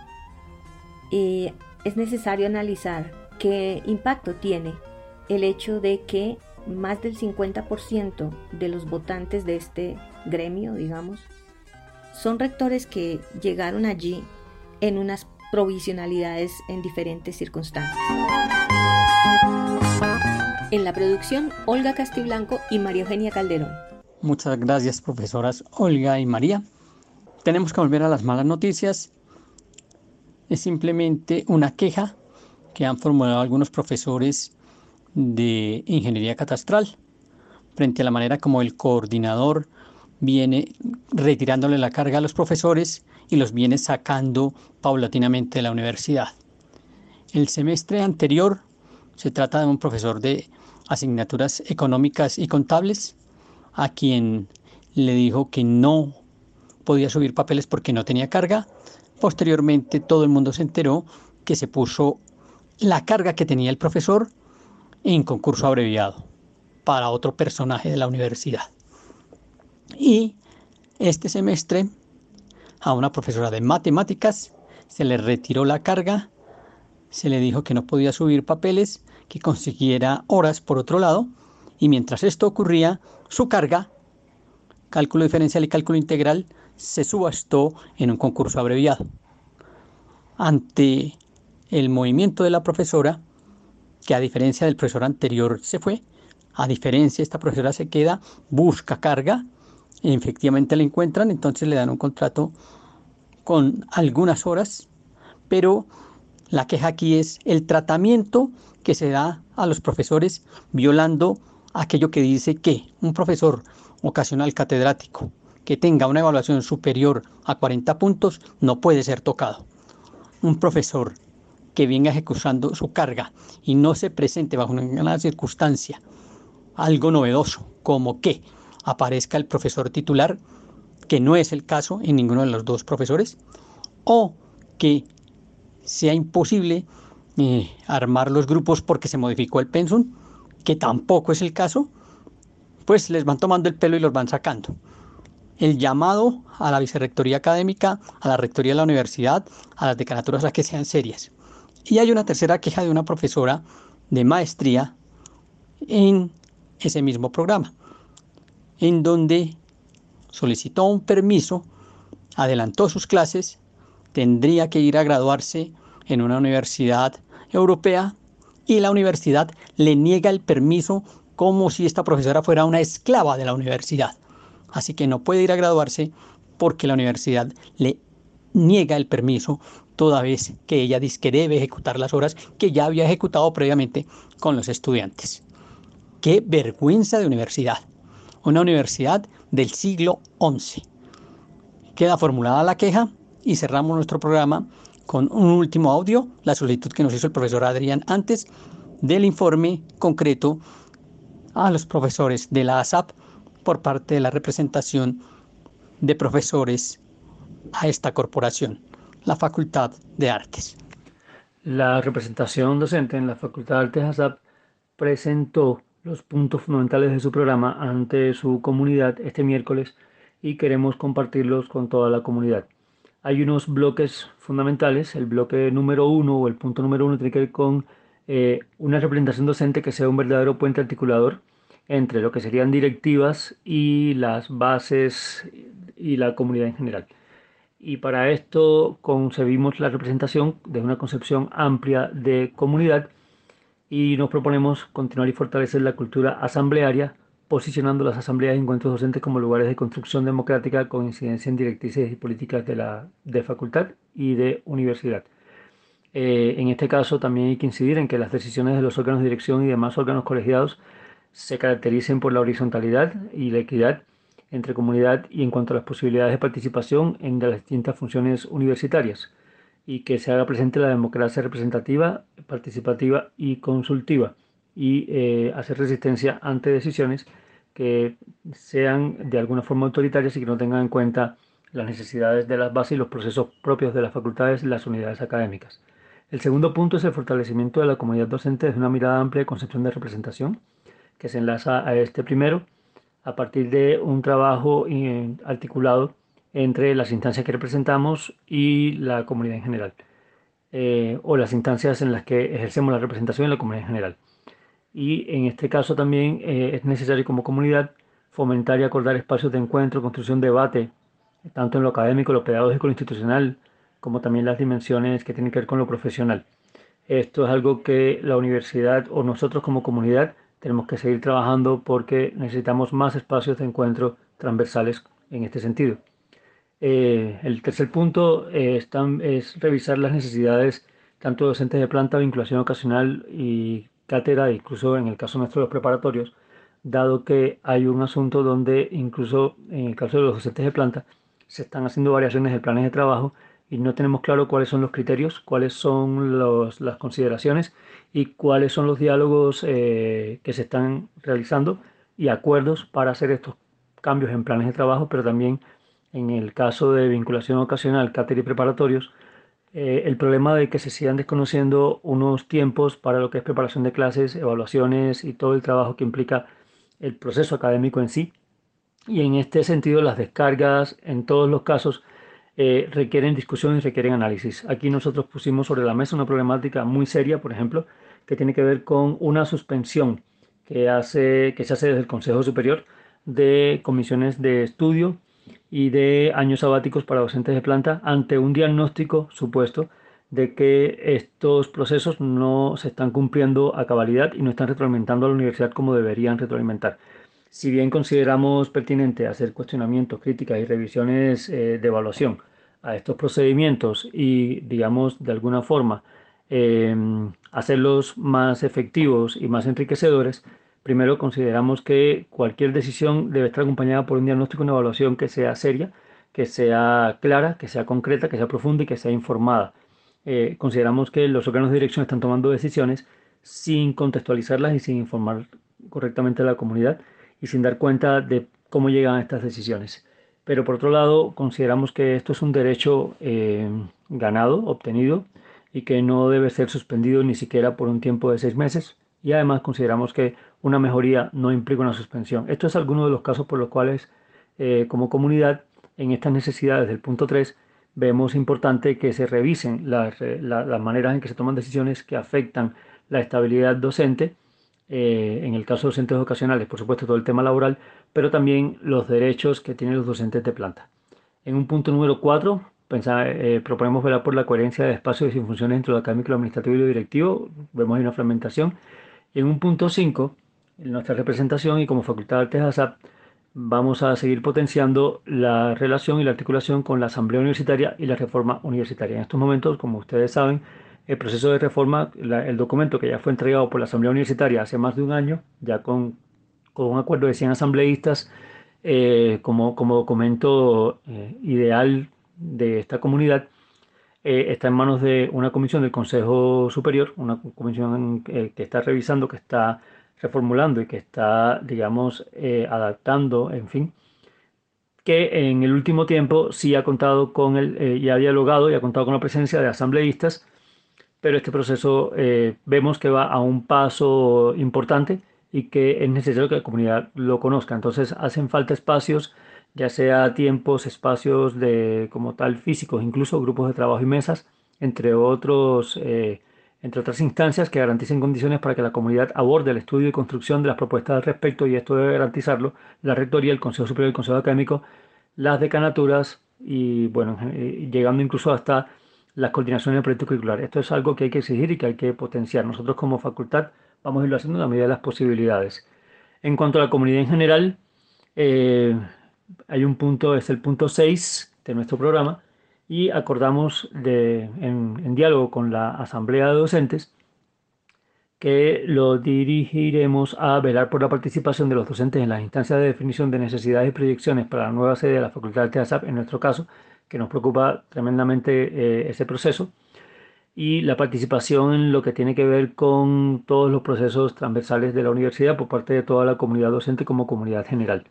Y es necesario analizar qué impacto tiene el hecho de que más del cincuenta por ciento de los votantes de este gremio, digamos, son rectores que llegaron allí en unas provisionalidades en diferentes circunstancias. En la producción, Olga Castiblanco y María Eugenia Calderón. Muchas gracias, profesoras Olga y María. Tenemos que volver a las malas noticias. Es simplemente una queja que han formulado algunos profesores de ingeniería catastral frente a la manera como el coordinador viene retirándole la carga a los profesores y los viene sacando paulatinamente de la universidad. El semestre anterior se trata de un profesor de asignaturas económicas y contables a quien le dijo que no podía subir papeles porque no tenía carga. Posteriormente todo el mundo se enteró que se puso la carga que tenía el profesor en concurso abreviado para otro personaje de la universidad. Y este semestre a una profesora de matemáticas se le retiró la carga, se le dijo que no podía subir papeles, que consiguiera horas por otro lado, y mientras esto ocurría, su carga, cálculo diferencial y cálculo integral, se subastó en un concurso abreviado. Ante el movimiento de la profesora, que a diferencia del profesor anterior se fue, a diferencia esta profesora se queda, busca carga, y efectivamente la encuentran, entonces le dan un contrato con algunas horas, pero la queja aquí es el tratamiento que se da a los profesores violando aquello que dice que un profesor ocasional catedrático que tenga una evaluación superior a cuarenta puntos no puede ser tocado. Un profesor que venga ejecutando su carga y no se presente bajo ninguna circunstancia algo novedoso, como que aparezca el profesor titular, que no es el caso en ninguno de los dos profesores, o que sea imposible eh, armar los grupos porque se modificó el pensum, que tampoco es el caso, pues les van tomando el pelo y los van sacando. El llamado a la vicerrectoría académica, a la rectoría de la universidad, a las decanaturas a que sean serias. Y hay una tercera queja de una profesora de maestría en ese mismo programa, en donde solicitó un permiso, adelantó sus clases, tendría que ir a graduarse en una universidad europea y la universidad le niega el permiso como si esta profesora fuera una esclava de la universidad. Así que no puede ir a graduarse porque la universidad le niega el permiso, toda vez que ella dice que debe ejecutar las horas que ya había ejecutado previamente con los estudiantes. ¡Qué vergüenza de universidad! Una universidad del siglo once. Queda formulada la queja y cerramos nuestro programa con un último audio, la solicitud que nos hizo el profesor Adrián antes del informe concreto a los profesores de la ASAP por parte de la representación de profesores a esta corporación, la Facultad de Artes. La representación docente en la Facultad de Artes ASAP presentó los puntos fundamentales de su programa ante su comunidad este miércoles y queremos compartirlos con toda la comunidad. Hay unos bloques fundamentales. El bloque número uno o el punto número uno tiene que ver con eh, una representación docente que sea un verdadero puente articulador entre lo que serían directivas y las bases y la comunidad en general. Y para esto concebimos la representación de una concepción amplia de comunidad y nos proponemos continuar y fortalecer la cultura asamblearia, posicionando las asambleas y encuentros docentes como lugares de construcción democrática con incidencia en directrices y políticas de la de facultad y de universidad. Eh, en este caso también hay que incidir en que las decisiones de los órganos de dirección y demás órganos colegiados se caractericen por la horizontalidad y la equidad entre comunidad y en cuanto a las posibilidades de participación en las distintas funciones universitarias, y que se haga presente la democracia representativa, participativa y consultiva, y eh, hacer resistencia ante decisiones que sean de alguna forma autoritarias y que no tengan en cuenta las necesidades de las bases y los procesos propios de las facultades y las unidades académicas. El segundo punto es el fortalecimiento de la comunidad docente desde una mirada amplia de concepción de representación, que se enlaza a este primero, a partir de un trabajo eh, articulado entre las instancias que representamos y la comunidad en general, eh, o las instancias en las que ejercemos la representación en la comunidad en general. Y en este caso también eh, es necesario como comunidad fomentar y acordar espacios de encuentro, construcción, debate, tanto en lo académico, lo pedagógico, lo institucional, como también las dimensiones que tienen que ver con lo profesional. Esto es algo que la universidad o nosotros como comunidad tenemos que seguir trabajando porque necesitamos más espacios de encuentro transversales en este sentido. Eh, el tercer punto eh, es, tan, es revisar las necesidades tanto de docentes de planta, vinculación ocasional y cátedra, incluso en el caso nuestro de los preparatorios, dado que hay un asunto donde incluso en el caso de los docentes de planta se están haciendo variaciones de planes de trabajo y no tenemos claro cuáles son los criterios, cuáles son los, las consideraciones y cuáles son los diálogos eh, que se están realizando y acuerdos para hacer estos cambios en planes de trabajo, pero también en el caso de vinculación ocasional, cátedra y preparatorios, eh, el problema de que se sigan desconociendo unos tiempos para lo que es preparación de clases, evaluaciones y todo el trabajo que implica el proceso académico en sí. Y en este sentido las descargas en todos los casos eh, requieren discusión y requieren análisis. Aquí nosotros pusimos sobre la mesa una problemática muy seria, por ejemplo, que tiene que ver con una suspensión que, hace, que se hace desde el Consejo Superior de comisiones de estudio y de años sabáticos para docentes de planta ante un diagnóstico supuesto de que estos procesos no se están cumpliendo a cabalidad y no están retroalimentando a la universidad como deberían retroalimentar. Si bien consideramos pertinente hacer cuestionamientos, críticas y revisiones eh, de evaluación a estos procedimientos y, digamos, de alguna forma eh, hacerlos más efectivos y más enriquecedores, primero consideramos que cualquier decisión debe estar acompañada por un diagnóstico y una evaluación que sea seria, que sea clara, que sea concreta, que sea profunda y que sea informada. Eh, consideramos que los órganos de dirección están tomando decisiones sin contextualizarlas y sin informar correctamente a la comunidad y sin dar cuenta de cómo llegan a estas decisiones. Pero por otro lado, consideramos que esto es un derecho eh, ganado, obtenido, y que no debe ser suspendido ni siquiera por un tiempo de seis meses. Y además consideramos que una mejoría no implica una suspensión. Esto es alguno de los casos por los cuales, eh, como comunidad, en estas necesidades del punto tres, vemos importante que se revisen las, la, las maneras en que se toman decisiones que afectan la estabilidad docente, eh, en el caso de docentes ocasionales, por supuesto, todo el tema laboral, pero también los derechos que tienen los docentes de planta. En un punto número cuatro, pensar, eh, proponemos velar por la coherencia de espacios y funciones entre lo académico, lo administrativo y lo directivo. Vemos ahí una fragmentación. Y en un punto cinco, nuestra representación y como Facultad de Artes ASAP vamos a seguir potenciando la relación y la articulación con la Asamblea Universitaria y la reforma universitaria. En estos momentos, como ustedes saben, el proceso de reforma, la, el documento que ya fue entregado por la Asamblea Universitaria hace más de un año, ya con, con un acuerdo de cien asambleístas, eh, como, como documento eh, ideal de esta comunidad, eh, está en manos de una comisión del Consejo Superior, una comisión eh, que está revisando, que está reformulando y que está, digamos, eh, adaptando, en fin, que en el último tiempo sí ha contado con el, eh, y ha dialogado y ha contado con la presencia de asambleístas, pero este proceso eh, vemos que va a un paso importante y que es necesario que la comunidad lo conozca. Entonces hacen falta espacios, ya sea tiempos, espacios de como tal físicos, incluso grupos de trabajo y mesas, entre otros, eh, entre otras instancias que garanticen condiciones para que la comunidad aborde el estudio y construcción de las propuestas al respecto, y esto debe garantizarlo la Rectoría, el Consejo Superior y el Consejo Académico, las decanaturas y, bueno, llegando incluso hasta las coordinaciones de proyectos curriculares. Esto es algo que hay que exigir y que hay que potenciar. Nosotros como facultad vamos a irlo haciendo en la medida de las posibilidades. En cuanto a la comunidad en general, eh, hay un punto, es el punto seis de nuestro programa, y acordamos de, en, en diálogo con la Asamblea de Docentes que lo dirigiremos a velar por la participación de los docentes en las instancias de definición de necesidades y proyecciones para la nueva sede de la Facultad de Artes ASAP, en nuestro caso, que nos preocupa tremendamente eh, ese proceso, y la participación en lo que tiene que ver con todos los procesos transversales de la universidad por parte de toda la comunidad docente como comunidad general,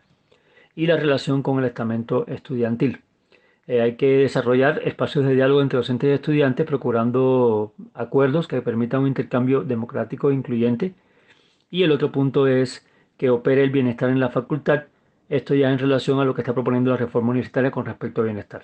y la relación con el estamento estudiantil. Eh, hay que desarrollar espacios de diálogo entre docentes y estudiantes, procurando acuerdos que permitan un intercambio democrático e incluyente. Y el otro punto es que opere el bienestar en la facultad, esto ya en relación a lo que está proponiendo la reforma universitaria con respecto al bienestar.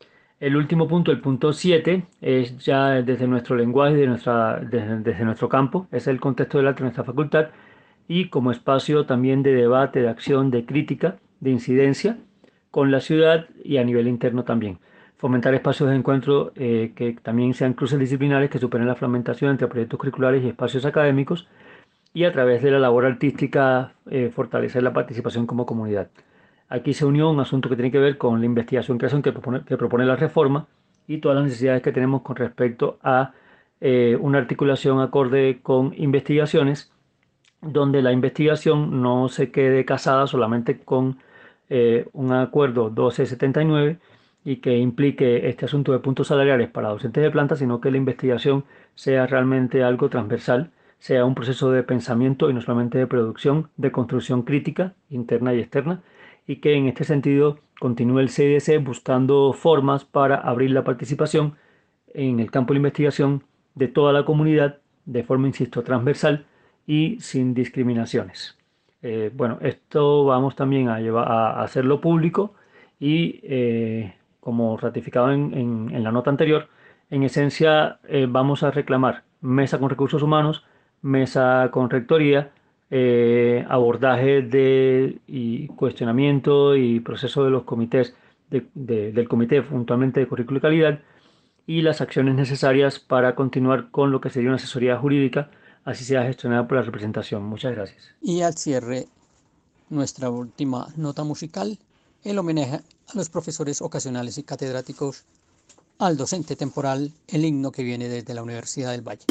El último punto, el punto siete, es ya desde nuestro lenguaje, de nuestra, desde, desde nuestro campo, es el contexto del arte de nuestra facultad, y como espacio también de debate, de acción, de crítica, de incidencia con la ciudad y a nivel interno también. Fomentar espacios de encuentro eh, que también sean cruces disciplinares que superen la fragmentación entre proyectos curriculares y espacios académicos, y a través de la labor artística eh, fortalecer la participación como comunidad. Aquí se unió un asunto que tiene que ver con la investigación creación que propone, que propone la reforma y todas las necesidades que tenemos con respecto a eh, una articulación acorde con investigaciones, donde la investigación no se quede casada solamente con Eh, un acuerdo doce setenta y nueve y que implique este asunto de puntos salariales para docentes de planta, sino que la investigación sea realmente algo transversal, sea un proceso de pensamiento y no solamente de producción, de construcción crítica interna y externa, y que en este sentido continúe el C I D C buscando formas para abrir la participación en el campo de la investigación de toda la comunidad de forma, insisto, transversal y sin discriminaciones. Eh, bueno, esto vamos también a, llevar, a hacerlo público y, eh, como ratificado en, en, en la nota anterior, en esencia eh, vamos a reclamar mesa con recursos humanos, mesa con rectoría, eh, abordaje de y cuestionamiento y proceso de los comités, de, de, del comité puntualmente de currículo y calidad, y las acciones necesarias para continuar con lo que sería una asesoría jurídica, así sea gestionada por la representación. Muchas gracias. Y al cierre, nuestra última nota musical, el homenaje a los profesores ocasionales y catedráticos, al docente temporal, el himno que viene desde la Universidad del Valle.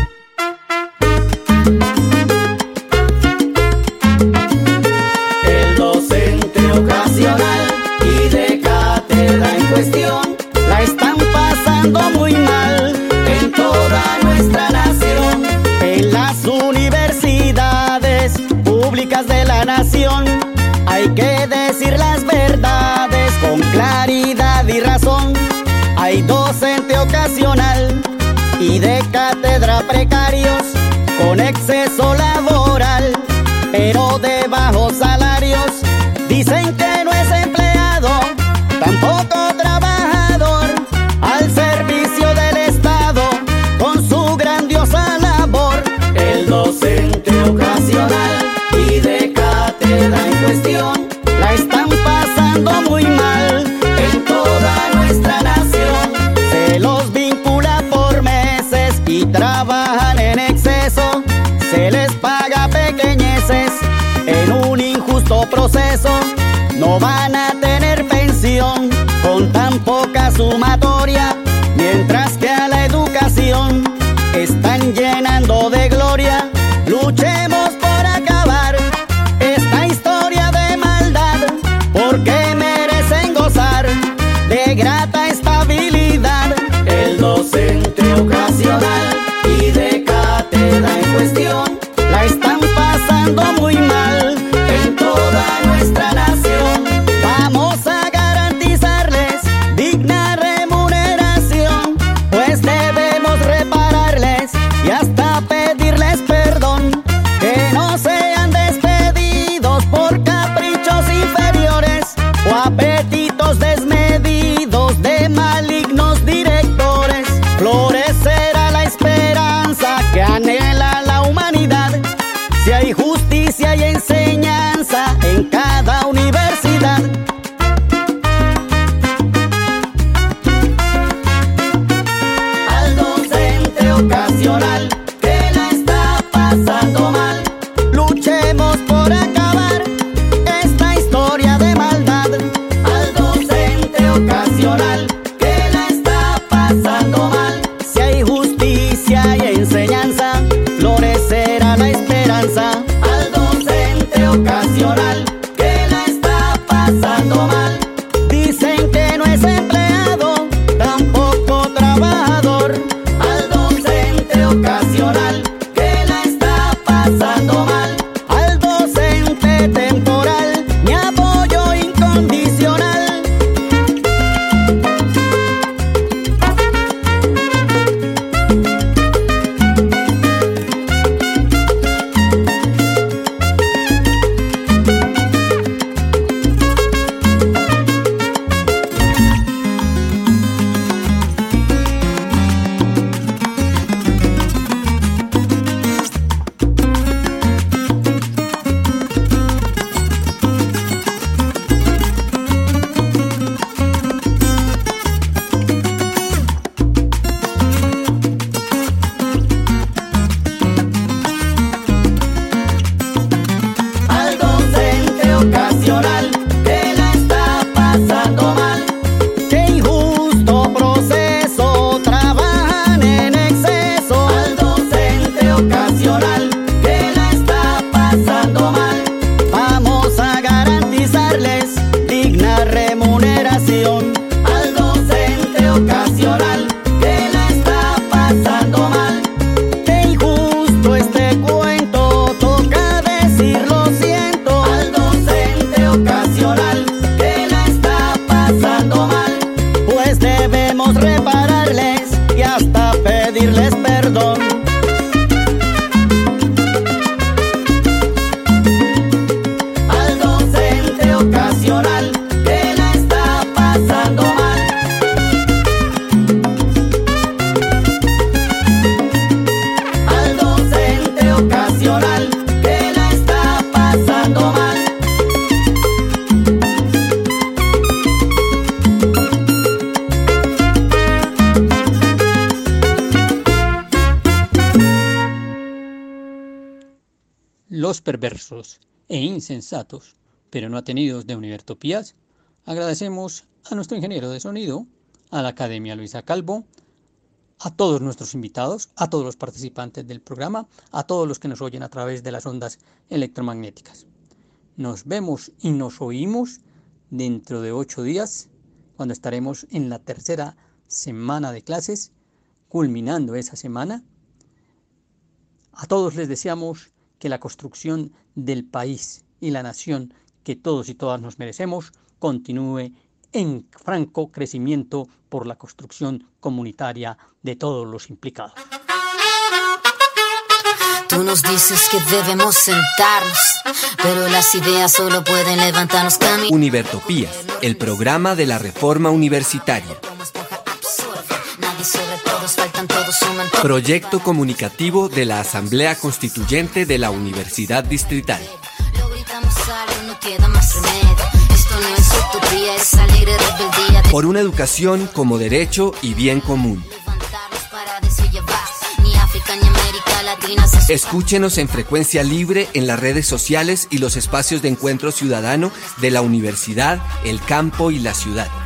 El docente ocasional y de cátedra en cuestión la están pasando muy mal en toda nuestra nación. En las universidades públicas de la nación hay que decir las verdades con claridad y razón. Hay docente ocasional y de cátedra precarios con exceso laboral, pero de bajos salarios. Dicen que no es empleado, tampoco trabajador, al servicio del Estado con su grandiosa labor. El docente ocasional y de cátedra en cuestión la están pasando muy mal en toda nuestra nación. Se los vincula por meses y trabajan en exceso, se les paga pequeñeces proceso no van a tener pensión con tan poca sumatoria, mientras que a la educación están llenando de gloria. Luchemos por acabar esta historia de maldad, porque merecen gozar de grata estabilidad. El docente ocasional y de cátedra en cuestión la están pasando muy mal en toda nuestra nación. Vamos a garantizarles digna remuneración, pues debemos repararles y hasta pedirles perdón, que no sean despedidos por caprichos inferiores o apetitos desmedidos de malignos directores. Florecerá la esperanza que anhela la humanidad si hay justicia y enseñanza en cada universidad. Al docente ocasional que la está pasando mal, luchemos por acabar esta historia de maldad. Al docente ocasional que la está pasando mal, si hay justicia y enseñanza, florecerá la esperanza. Al docente ocasional que la está pasando mal, dicen que no es empleado, tampoco trabajador. Al docente ocasional que la está pasando mal, al docente temporal mi apoyo incondicional. Al docente ocasional que la está pasando mal, qué injusto proceso, trabajan en exceso. Al docente ocasional que la está pasando mal, vamos a garantizarles digna remuneración. Al docente ocasional que la está pasando mal, qué injusto este cuento, toca decir lo siento. Al docente ocasional que la está pasando mal, pues debemos repararles y hasta pedirles perdón. Al docente ocasional que la está pasando mal. Al docente ocasional que la está pasando mal. Los perversos e insensatos, pero no atenidos de Univertopías, agradecemos a nuestro ingeniero de sonido, a la Academia Luisa Calvo, a todos nuestros invitados, a todos los participantes del programa, a todos los que nos oyen a través de las ondas electromagnéticas. Nos vemos y nos oímos dentro de ocho días, cuando estaremos en la tercera semana de clases, culminando esa semana. A todos les deseamos que la construcción del país y la nación que todos y todas nos merecemos continúe en franco crecimiento por la construcción comunitaria de todos los implicados. Tú nos dices que debemos sentarnos, pero las ideas solo pueden levantarnos caminos. Univertopías, el programa de la reforma universitaria. Proyecto comunicativo de la Asamblea Constituyente de la Universidad Distrital. Por una educación como derecho y bien común. Ni África ni América. comunidad latina se... Escúchenos en Frecuencia Libre en las redes sociales y los espacios de encuentro ciudadano de la universidad, el campo y la ciudad.